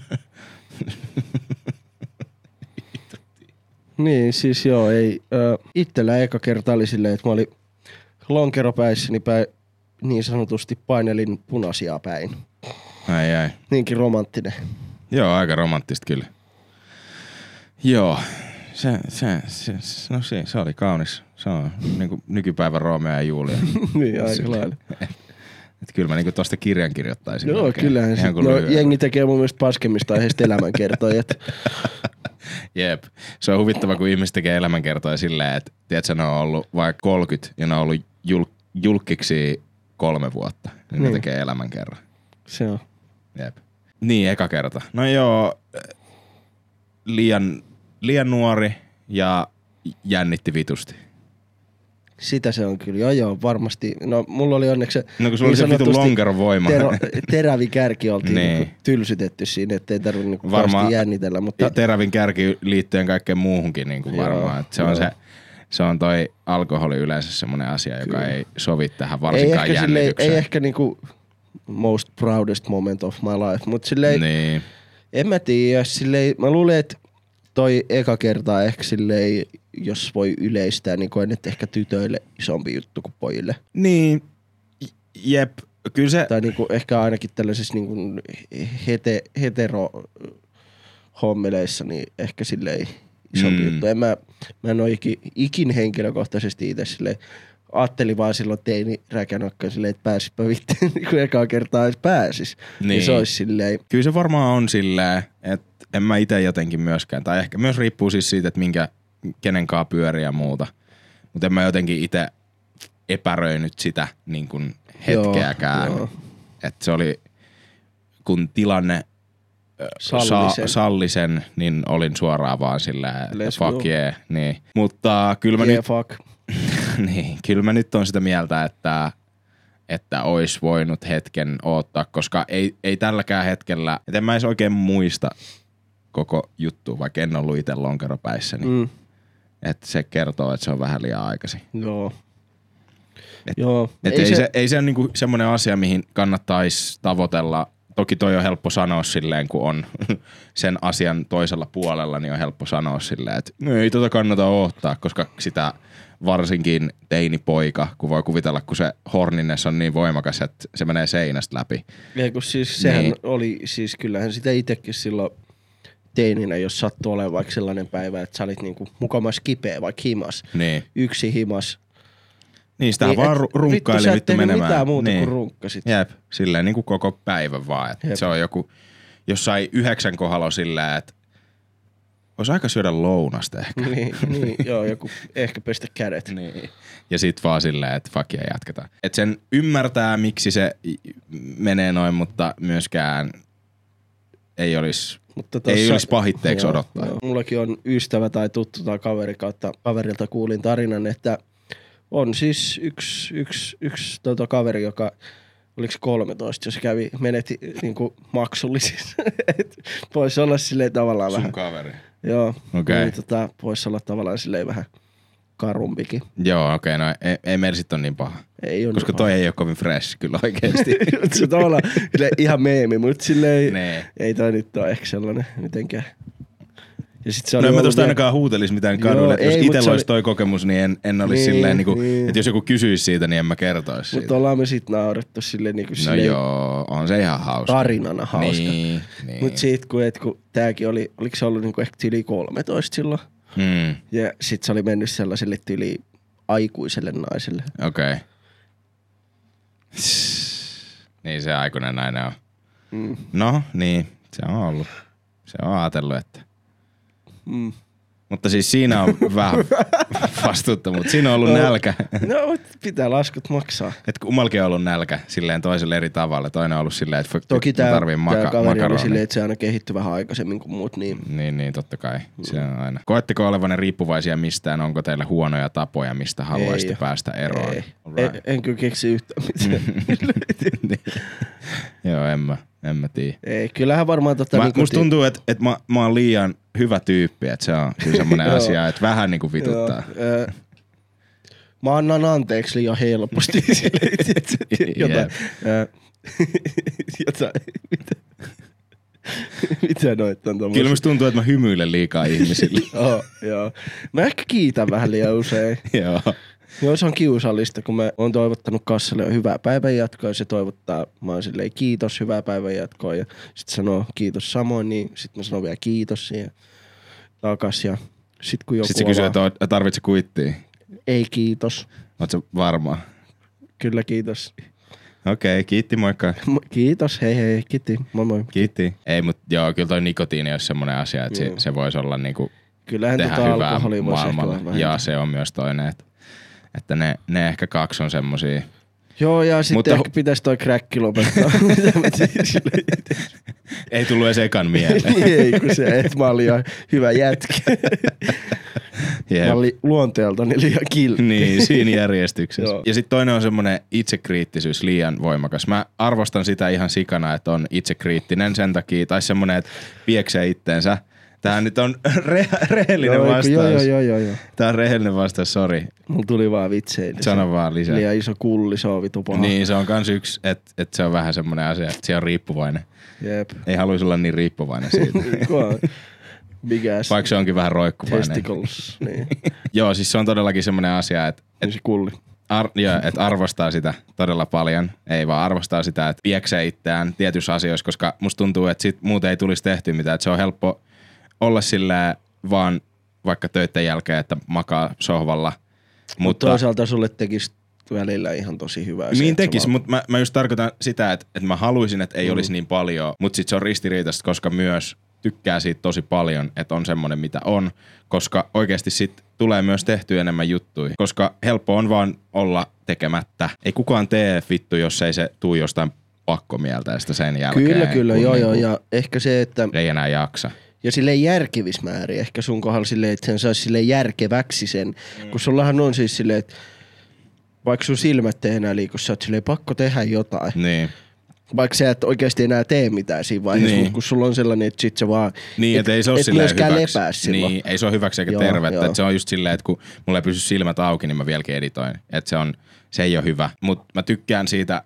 Niin, siis joo, ei. Ö, itsellä eka kerta oli silleen, että mä olin lonkeropäissäni päin, niin sanotusti painelin punaisia päin. Ai ai. Niinkin romanttinen. Joo, aika romanttista kyllä. Joo. Se, se, se, no se, se oli kaunis. Se on niinku nykypäivän Romeo ja Julia. Niin, aika lailla. Et kyllä mä niinku tosta kirjan kirjoittaisin. Joo, melkein. kyllähän se. Ihan kuin No, lyhyen. jengi tekee mun mielestä paskemmista aiheista elämänkertoja. Jep. Se on huvittava, kun ihmiset tekee elämänkertoja silleen, että tiedätkö, ne on ollut vaikka kolmekymmentä ja ne on ollut jul, julkkiksi kolme vuotta. Niin, niin. Niin. Ne tekee elämänkerran. Se on. Jep. Niin, eka kerta. No joo, liian, liian nuori ja jännitti vitusti. Sitä se on kyllä. Joo, joo, varmasti. No, mulla oli onneksi se No kun sulla oli se vitun sanotusti lonkeron voima. tero, terävi kärki oltiin Niin. niinku tylsytetty siinä, ettei tarvinnut niinku Varmaan- varmaan jännitellä. Mutta Ja terävin kärki liittyen kaikkeen muuhunkin niin kuin Joo, varmaan. Et se, on joo. se, se on toi alkoholi yleensä semmoinen asia, joka Kyllä. ei sovi tähän ei varsinkaan ehkä, silleen, jännitykseen. ei ehkä niinku most proudest moment of my life, mutta silleen, Niin. en mä tiedä, silleen, mä luulen, että toi eka kertaa ehkä silleen, jos voi yleistää, niin koen, että ehkä tytöille isompi juttu kuin pojille. Niin, jep. Kyllä se, Tai niinku ehkä ainakin tällaisissa niinku hete, hetero hommeleissa, niin ehkä silleen isompi Mm. mm. juttu. En mä, mä en ole ikin, ikin henkilökohtaisesti itse silleen, ajattelin vaan silloin teini räkänokka silleen, että pääsipä vittiin, kun ekaa kertaa edes pääsis. Niin. Niin. niin se olisi silleen, kyllä se varmaan on silleen, että en mä itse jotenkin myöskään. Tai ehkä myös riippuu siis siitä, että minkä, kenenkaan pyörii ja muuta. Mutta en mä jotenkin itse epäröinyt sitä niin kuin hetkeäkään. Joo, joo. Että se oli, kun tilanne Salli sa- sen. salli sen, niin olin suoraan vaan silleen, Let's fuck go. yeah. Niin. Mutta kyllä mä, yeah, nyt, fuck. niin, kyllä mä nyt on sitä mieltä, että että ois voinut hetken odottaa, koska ei, ei tälläkään hetkellä, et en mä edes oikein muista koko juttu, vaikka en ollut itse lonkeropäissä, niin Mm. että se kertoo, että se on vähän liian aikaisin. Joo. Et- Joo. Et ei, ei, se, ei se ole niinku semmoinen asia, mihin kannattaisi tavoitella toki toi on helppo sanoa silleen, kun on sen asian toisella puolella, niin on helppo sanoa silleen, että no ei tota kannata ottaa, koska sitä varsinkin teinipoika, kun voi kuvitella, kun se horniness on niin voimakas, että se menee seinästä läpi. Ja kun siis sehän Niin. oli, siis kyllähän sitä itsekin silloin teininä, jos sattui olemaan vaikka sellainen päivä, että sä olit niinku mukamas kipeä, vaikka himas. Niin. Yksi himas. Niin, sitä niin, vaan et, runkkaili vittu, sä et vittu tehnyt menemään. mitään muuta niin. kuin runkkasit. Jep, silleen niin kuin koko päivän vaan. Et se on joku, jos sai yhdeksän kohdalla silleen, että olisi aika syödä lounasta ehkä. niin, niin, joo, joku ehkä pestä kädet. Niin. Ja sit vaan silleen, että fuck yeah, jatketaan. Et sen ymmärtää, miksi se menee noin, mutta myöskään ei olisi Mutta tossa, ei olisi pahitteeksi joo, odottaa. Joo. Mullakin on ystävä tai tuttu tai kaveri kautta kaverilta kuulin tarinan, että on siis yksi, yksi, yksi tota kaveri, joka oliko kolmetoista, jos kävi, menetti niinku maksullisissa. Voisi olla silleen tavallaan Sun vähän. kaveri. Joo, Okei. niin tota, voisi olla tavallaan silleen vähän karumpikin. Joo, okei, okay, no ei, ei meillä sit on niin paha. Ei ole Koska niin toi ei ole kovin fresh kyllä oikeesti. se on tavallaan silleen ihan meemi, mutta silleen Nee. ei toi nyt ole ehkä sellainen mitenkään. Ja sit se No oli en mä ollut tosta vielä- ainakaan huutelisi mitään Joo, kadulle. Jos ei, mut itellä se olisi oli- toi kokemus, niin en, en olisi Niin, silleen niinku, niin. että jos joku kysyisi siitä, niin en mä kertoisi siitä. Mutta ollaan me sit naurettu silleen niinku No silleen joo, on se ihan hauska. tarinana hauska. Niin, niin. Mut sit kun, et, kun tääkin oli, oliko se ollut niinku ehkä yli kolmetoista silloin. Hmm, Ja sit se oli mennyt sellaiselle tyli aikuiselle naiselle. okei. Okay. Niin se aikuinen nainen on. Mm. No, niin. Se on ollut. Se on ajatellut, että. Mm. Mutta siis siinä on vähän vastuutta, mutta siinä on ollut nälkä. No mut pitää laskut maksaa. Että kummallakin on ollut nälkä silleen toiselle eri tavalla. Toinen on ollut silleen, että Toki mä tää, tarviin tää maka- kaveri oli makaronia. silleen, että se aina kehittyi vähän aikaisemmin kuin muut. Niin. Niin, niin, totta kai. Se on aina. Koetteko olevanne riippuvaisia mistään? Onko teillä huonoja tapoja, mistä haluaisitte Ei päästä eroon? Ei. Alright. En, en kyllä keksi yhtään mitään. Niin. Joo, en mä, en mä tiedä. Ei, kyllähän varmaan tota... Mä, niinku musta ti- tuntuu, että et mä, mä oon liian hyvä tyyppi, että se on kyllä semmonen Joo. asia, että vähän niinku vituttaa. Joo, ö, mä annan anteeksi liian helposti. silleen, tiedätkö, jotain, Jep. ö, jotain, mitä, mitä noita on tommosia? Kyllä musta tuntuu, että mä hymyilen liikaa ihmisille. Joo, joo. Mä ehkä kiitän vähän liian usein. Joo. Joo, se on kiusallista, kun mä oon toivottanut kassalle jo hyvää päivänjatkoa ja se toivottaa, mä oon silleen kiitos, hyvää päivänjatkoa ja sit sanoo kiitos samoin, niin sit mä sanon vielä kiitos siihen takas ja sit kun joku Sitten se kysyy, avaa- että oot- tarvitse kuittia. ei kiitos, Oot sä varma? kyllä kiitos. Okei, okay, kiitti, moikka. Mo- Kiitos, hei hei, kiitti, moi moi. Kiitti. Ei, mut joo, kyllä toi nikotiini olisi semmonen asia, että se, Joo. se voisi olla niinku Kyllähän tehdä tota hyvää alkoholia voisi ehkä maailmalla. vähän vähentää. Ja se on myös toinen, että, että ne, ne ehkä kaksi on semmosia. Joo, ja sitten Mutta ehkä hu- pitäisi toi crackki lopettaa. Mitä mä tein silleen itse? Ei tullut edes ekan mieleen. Ei, kun se, että mä olin ihan hyvä jätkä. Jep. Mä olin luonteeltani liian kiltti. Niin, siinä järjestyksessä. Joo. Ja sitten toinen on semmoinen itsekriittisyys liian voimakas. Mä arvostan sitä ihan sikana, että on itsekriittinen sen takia, tai semmoinen, että pieksee itteensä. Tää nyt on re- rehellinen Joo, vastaus. joo, joo, joo, joo, joo. Tää on rehellinen vastaus, sori. Mulla tuli vaan vitseille. Sano vaan lisää. Liian iso kulli, se on vitu paha. Niin, se on kans yksi, että et se on vähän semmoinen asia, että se on riippuvainen. Jep. Ei haluaisi olla niin riippuvainen siitä. Kuva. Big ass. Vaikka se onkin vähän roikkuvainen. Testicles. Niin. Joo, siis se on todellakin semmoinen asia, että Niin se kulli. Ar- joo, et arvostaa sitä todella paljon. Ei vaan arvostaa sitä, että pieksee itseään tietyissä asioissa, koska musta tuntuu, että sit muuten ei tulisi tehtyä mitään. Että se on helppo olla sillä vaan vaikka töiden jälkeen, että makaa sohvalla. Mutta Mutta toisaalta sulle tekisi välillä ihan tosi hyvää. se, niin että sä tekis, vaan- mutta mä, mä just tarkoitan sitä, että, että mä haluaisin, että ei Mm. olisi niin paljon, mutta sit se on ristiriitaista, koska myös tykkää siitä tosi paljon, että on semmoinen mitä on, koska oikeasti sit tulee myös tehtyä enemmän juttuja, koska helppo on vaan olla tekemättä. Ei kukaan tee vittu, jos ei se tuu jostain pakkomieltä ja sitä sen jälkeen. Kyllä, kyllä, kun joo, joo. niinku Ja ehkä se, että... ei enää jaksa. Ja silleen järkevis määrin ehkä sun kohdalla silleen, että sen saisi silleen järkeväksi sen. Mm. Kun sullahan on siis silleen, että vaikka sun silmät ei enää liiku, sä oot silleen pakko tehdä jotain. Niin. Vaikka sä et oikeasti enää tee mitään siinä vaiheessa, Niin. mutta kun sulla on sellainen, että sit sä vaan... Niin, että et ei se ole et silleen myöskään hyväksi. lepää silloin. Niin, ei se ole hyväksi eikä Joo, tervettä. joo. Et se on just silleen, että kun mulla ei pysy silmät auki, niin mä vieläkin editoin. Että se, on, se ei ole hyvä. Mutta mä tykkään siitä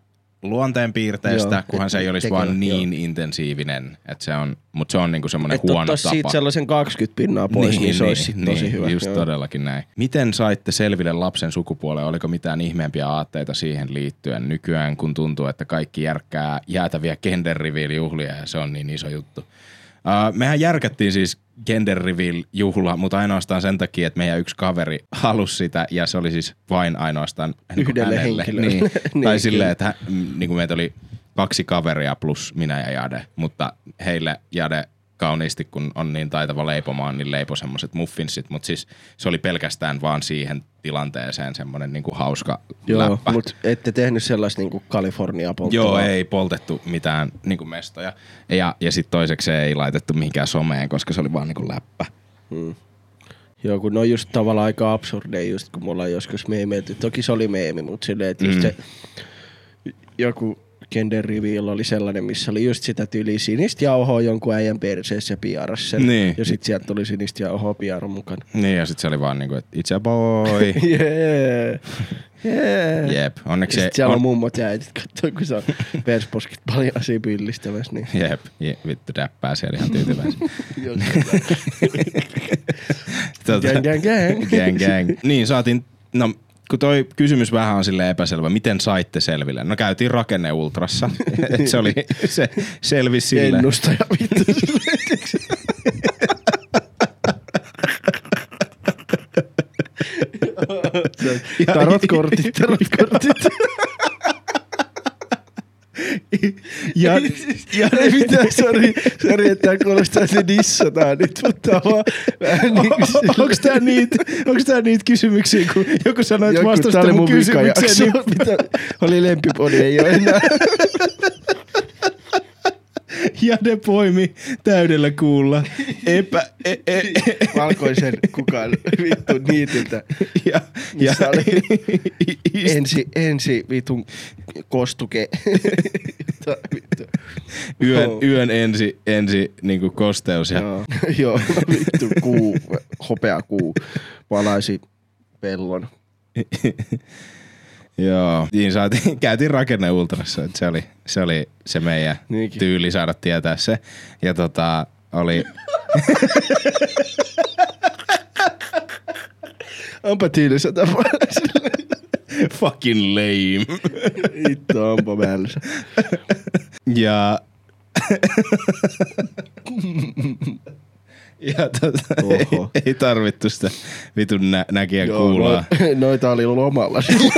luonteenpiirteestä, Joo, kunhan se ei olisi tekee, vaan niin joo. intensiivinen, että se on, mutta se on niinku semmoinen Että huono ottaisi tapa. siitä sellaisen kaksikymmentä pinnaa pois, niin, niin se olisi sit tosi niin, hyvä. Just joo. todellakin näin. Miten saitte selville lapsen sukupuoleen? Oliko mitään ihmeempiä aatteita siihen liittyen nykyään, kun tuntuu, että kaikki järkkää jäätäviä gender reveal-juhlia ja se on niin iso juttu? Uh, mehän järkättiin siis gender reveal-juhla, mutta ainoastaan sen takia, että meidän yksi kaveri halusi sitä ja se oli siis vain ainoastaan Yhdelle hänelle. henkilölle. Niin. Niin, Tai silleen, kyllä. että niin kuin meitä oli kaksi kaveria plus minä ja Jade, mutta heille Jade kauniisti, kun on niin taitava leipomaan, niin leipoi semmoiset muffinsit, mutta siis se oli pelkästään vaan siihen tilanteeseen semmoinen niinku hauska Joo, läppä. mutta ette tehnyt sellaista niinku Kalifornia polttavaa. Joo, ei poltettu mitään niinku mestoja. Ja, ja sitten toiseksi ei laitettu mihinkään someen, koska se oli vaan niinku läppä. Hmm. Joo, kun ne on just tavallaan aika absurdeja, just kun mulla on joskus meemeilty. Toki se oli meemi, mutta silleen, että just Mm. se joku gender reveal oli sellainen, missä oli just sitä tyyliä sinistä jauhoa jonkun äijän perseessä ja piaras sen. Niin. Ja sit sieltä tuli sinistä jauhoa piaron mukana. Niin, ja sitten se oli vaan niinku, että it's a boy. Yeah. Yeah. Jep, onneksi Ja se sit siellä on on... mummot ja äitit kattoo, kun se on persposkit paljon asia pyllistämässä. Niin. Jep, je, vittu däppää siellä ihan tyytyväisiä. tota, Gang, gang, gang. gang, gang. Niin, saatiin, no kun toi kysymys vähän on silleen epäselvä, miten saitte selville? No käytiin Rakenneultrassa, et se oli, se selvisi silleen. Ennustaja vittu. Tarotkortit, tarotkortit. Ja, Ja ei mitään, sori, sori, että tää kuulostaa, että dissataan nyt, mutta vaan vähän niin kuin sillä- onks tää niitä, onks tää niitä kysymyksiä, kun joku sanoi, että Joku, tää vastasi oli mun mun kysymykseen, vikajakso, niin mitä oli lempipodi, ei oo enää. Jade poimi täydellä kuulla. Epä, e, e, e. Valkoisen kukaan vittu niitiltä. Ja, ja Missä oli ensi, ensi vitun kostuke. Vittu. yön, Oh. yön ensi, ensi niinku kosteus. Ja, Joo, joo, vittu kuu, hopea kuu, valaisi pellon. joo, niin saatiin, käytiin Rakenneultrassa, että se oli, se oli se meidän Niinkin. tyyli saada tietää se. Ja tota, oli... Onpa tyylisä tapa. Fucking lame. Vittu, onpa mälsä. Ja... ja tota, Oho. ei, ei tarvittu sitä vitun nä- näkiä Joo, kuulaa. no, noita oli lomalla silloin.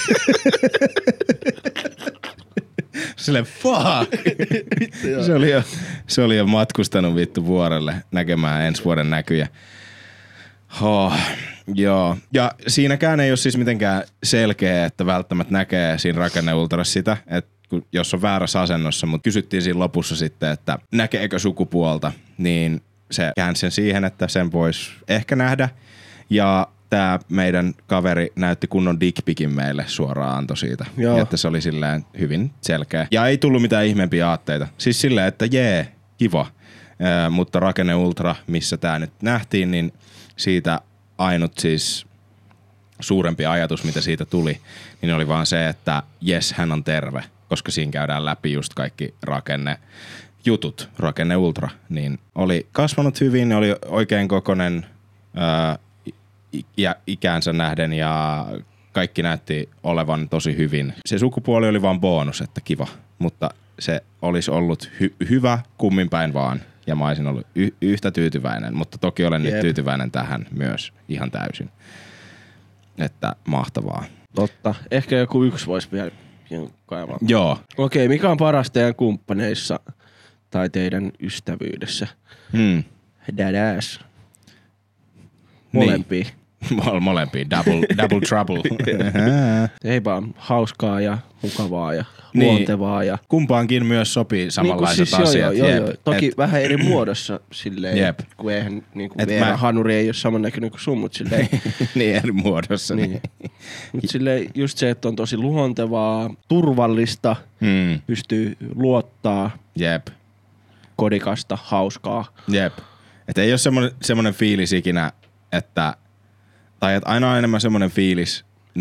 Silleen fuck. joo. se, oli jo, se oli jo matkustanut vittu vuorelle näkemään ensi vuoden näkyjä. Oh, joo. Ja siinäkään ei ole siis mitenkään selkeä, että välttämättä näkee siinä Rakenneultrassa sitä, että kun, jos on väärässä asennossa, mutta kysyttiin siinä lopussa sitten, että näkeekö sukupuolta, niin se käänsi sen siihen, että sen voisi ehkä nähdä. Ja tämä meidän kaveri näytti kunnon dickpikin meille suoraan antoi siitä. Joo. Että se oli silleen hyvin selkeä. Ja ei tullut mitään ihmeempiä aatteita. Siis silleen, että jee, kiva. Ee, mutta Rakenneultra, missä tämä nyt nähtiin, niin siitä ainut siis suurempi ajatus, mitä siitä tuli, niin oli vaan se, että jes, hän on terve. Koska siinä käydään läpi just kaikki rakenne jutut, Rakenneultra, niin oli kasvanut hyvin, oli oikein kokoinen ää, ja ikäänsä nähden ja kaikki näytti olevan tosi hyvin. Se sukupuoli oli vaan bonus, että kiva, mutta se olisi ollut hy- hyvä kummin päin vaan ja mä olisin ollut y- yhtä tyytyväinen, mutta toki olen Jep. nyt tyytyväinen tähän myös ihan täysin. Että mahtavaa. Totta. Ehkä joku yksi voisi vielä kaivaa. Joo. Okei, mikä on paras teidän kumppaneissa tai teidän ystävyydessä? Hmm. Dadass. Molempia. Mole- molempia. Double, double trouble. Ei vaan hauskaa ja mukavaa ja Niin. luontevaa. Ja Kumpaankin myös sopii samanlaiset niin, siis asiat. Joo, joo, Jep. joo. Toki Et- vähän eri muodossa silleen, Jep. kun eihän niin Et Veera mä- Hanuri ei ole samannäköinen kuin sun, mutta silleen, niin eri muodossa. niin. Mut silleen just se, että on tosi luontevaa, turvallista, Hmm. pystyy luottaa, Jep. kodikasta, hauskaa. Jep. Että ei ole semmoinen, semmoinen fiilis ikinä, että tai että aina on enemmän semmoinen fiilis niin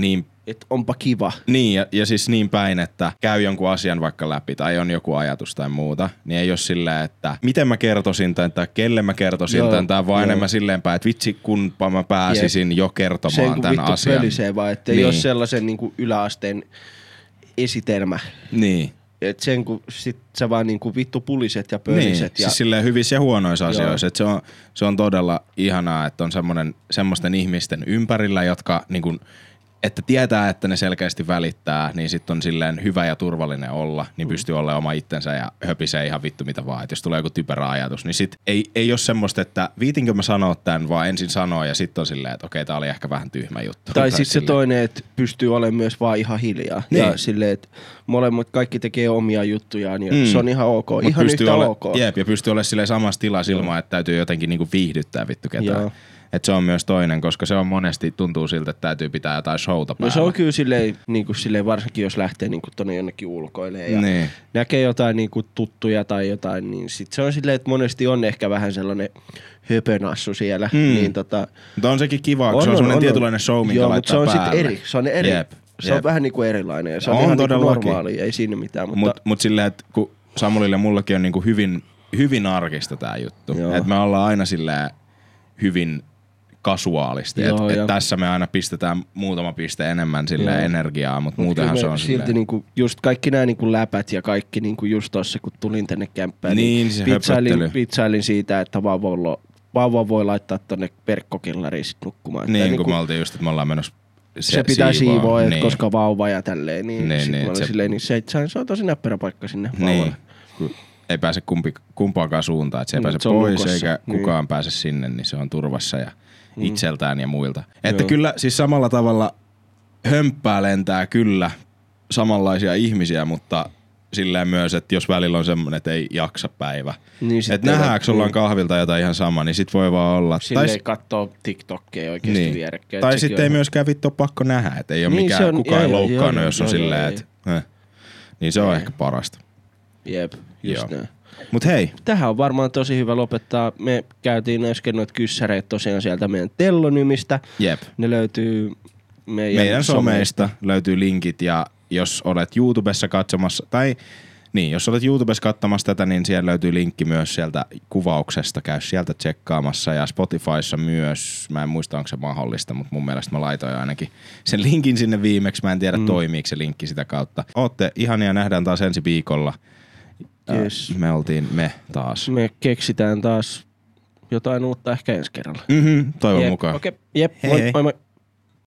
että onpa kiva. Niin, ja, ja siis niin päin, että käy jonkun asian vaikka läpi tai on joku ajatus tai muuta, niin ei ole silleen, että miten mä kertoisin tämän tai kelle mä kertoisin joo, tämän, tai vaan joo. enemmän silleen päin, että vitsi kunpa mä pääsisin Jep. jo kertomaan tämän asian. Se ei pölisee vaan, ettei niin. ole sellaisen niin kuin yläasteen esitelmä. Niin. Että sen kun sit sä vaan niinku vittu puliset ja pöliset. Niin, ja... siis silleen hyvissä ja huonoissa asioissa. Et se, on, se on todella ihanaa, että on semmonen, semmoisten ihmisten ympärillä, jotka niinku, että tietää, että ne selkeästi välittää, niin sit on silleen hyvä ja turvallinen olla, niin mm. pystyy olemaan oma itsensä ja höpisee ihan vittu mitä vaan. Et jos tulee joku typerä ajatus, niin sit ei, ei ole semmoista, että viitinkö mä sanoa tän, vaan ensin sanoo ja sit on silleen, että okei, tää oli ehkä vähän tyhmä juttu. Tai, tai sit se toinen, että pystyy olemaan myös vaan ihan hiljaa. Niin. Ja silleen, että molemmat kaikki tekee omia juttujaan ja mm. se on ihan ok. Mut ihan yhtä ole, ok. Jep, ja pystyy olemaan silleen samassa tilassa ilman, että täytyy jotenkin niinku viihdyttää vittu ketään. Joo. Että se on myös toinen, koska se on monesti tuntuu siltä, että täytyy pitää jotain showta päällä. No se on kyllä silleen, niin kuin silleen varsinkin jos lähtee niin kuin tonne jonnekin ulkoilemaan ja niin. näkee jotain niin kuin tuttuja tai jotain, niin sit se on silleen, että monesti on ehkä vähän sellainen höpönassu siellä. Mm. Niin tota, mutta on sekin kiva, kun on, se on, on semmoinen on, tietynlainen show, minkä joo, laittaa mutta se on päälle. Sit eri, se on eri. Jep, se jep. on vähän niin kuin erilainen ja se on, on ihan niin kuin normaali, ei siinä mitään. Mutta mut, mut silleen, että kun Samulille ja mullakin on niin kuin hyvin, hyvin arkista tää juttu. Että me ollaan aina silleen hyvin kasuaalisti. Joo, et, et tässä me aina pistetään muutama piste enemmän sille energiaa, mutta Mut muutenhan se on silti niinku just kaikki nämä niinku läpät ja kaikki niinku just tossa, kun tulin tänne kämppään, niin, niin pizzailin, pizzailin siitä, että vauva, vauva voi laittaa tonne verkkokellariin sit nukkumaan. Niin, niinku, kun me oltiin just, että me ollaan menossa se, se pitää siivoa, siivoa niin. koska vauva ja tälleen, niin, niin, sit niin, se, silleen, niin se, se on tosi näppärä paikka sinne vauvalle. Niin. Ei pääse kumpi, kumpaakaan suuntaan, että se ei mm, pääse se pois lukossa. Eikä niin. kukaan pääse sinne, niin se on turvassa ja Mm. itseltään ja muilta. Että Joo. kyllä siis samalla tavalla hömppää lentää kyllä samanlaisia ihmisiä, mutta silleen myös, että jos välillä on semmoinen, että ei jaksa päivä. Niin että nähdäänkö ollaan kahvilta jotain ihan sama, niin sit voi vaan olla. Silleen tai kattoo TikTokia oikeesti niin. vierekkäin. Tai sitten ei myöskään vittu ole pakko nähdä, että ei ole niin mikään, on, kukaan ei loukkaannut, jos on joo, silleen, että eh. niin se on ei. ehkä parasta. Jep, just näin. Mut hei. Tähän on varmaan tosi hyvä lopettaa. Me käytiin äsken noita kyssäreitä tosiaan sieltä meidän Tellonymistä. Jep. Ne löytyy meidän, meidän someista. Löytyy linkit ja jos olet YouTubessa katsomassa, tai niin, jos olet YouTubessa katsomassa tätä, niin siellä löytyy linkki myös sieltä kuvauksesta. Käy sieltä tsekkaamassa ja Spotifyssa myös. Mä en muista, onko se mahdollista, mutta mun mielestä mä laitoin ainakin sen linkin sinne viimeksi. Mä en tiedä, mm. toimiiko se linkki sitä kautta. Ootte ihania, nähdään taas ensi viikolla. Yes. Me oltiin me taas. Me keksitään taas jotain uutta ehkä ensi kerralla. Mm-hmm, toivon jep, mukaan. Okei, okay, jep, moi, moi moi.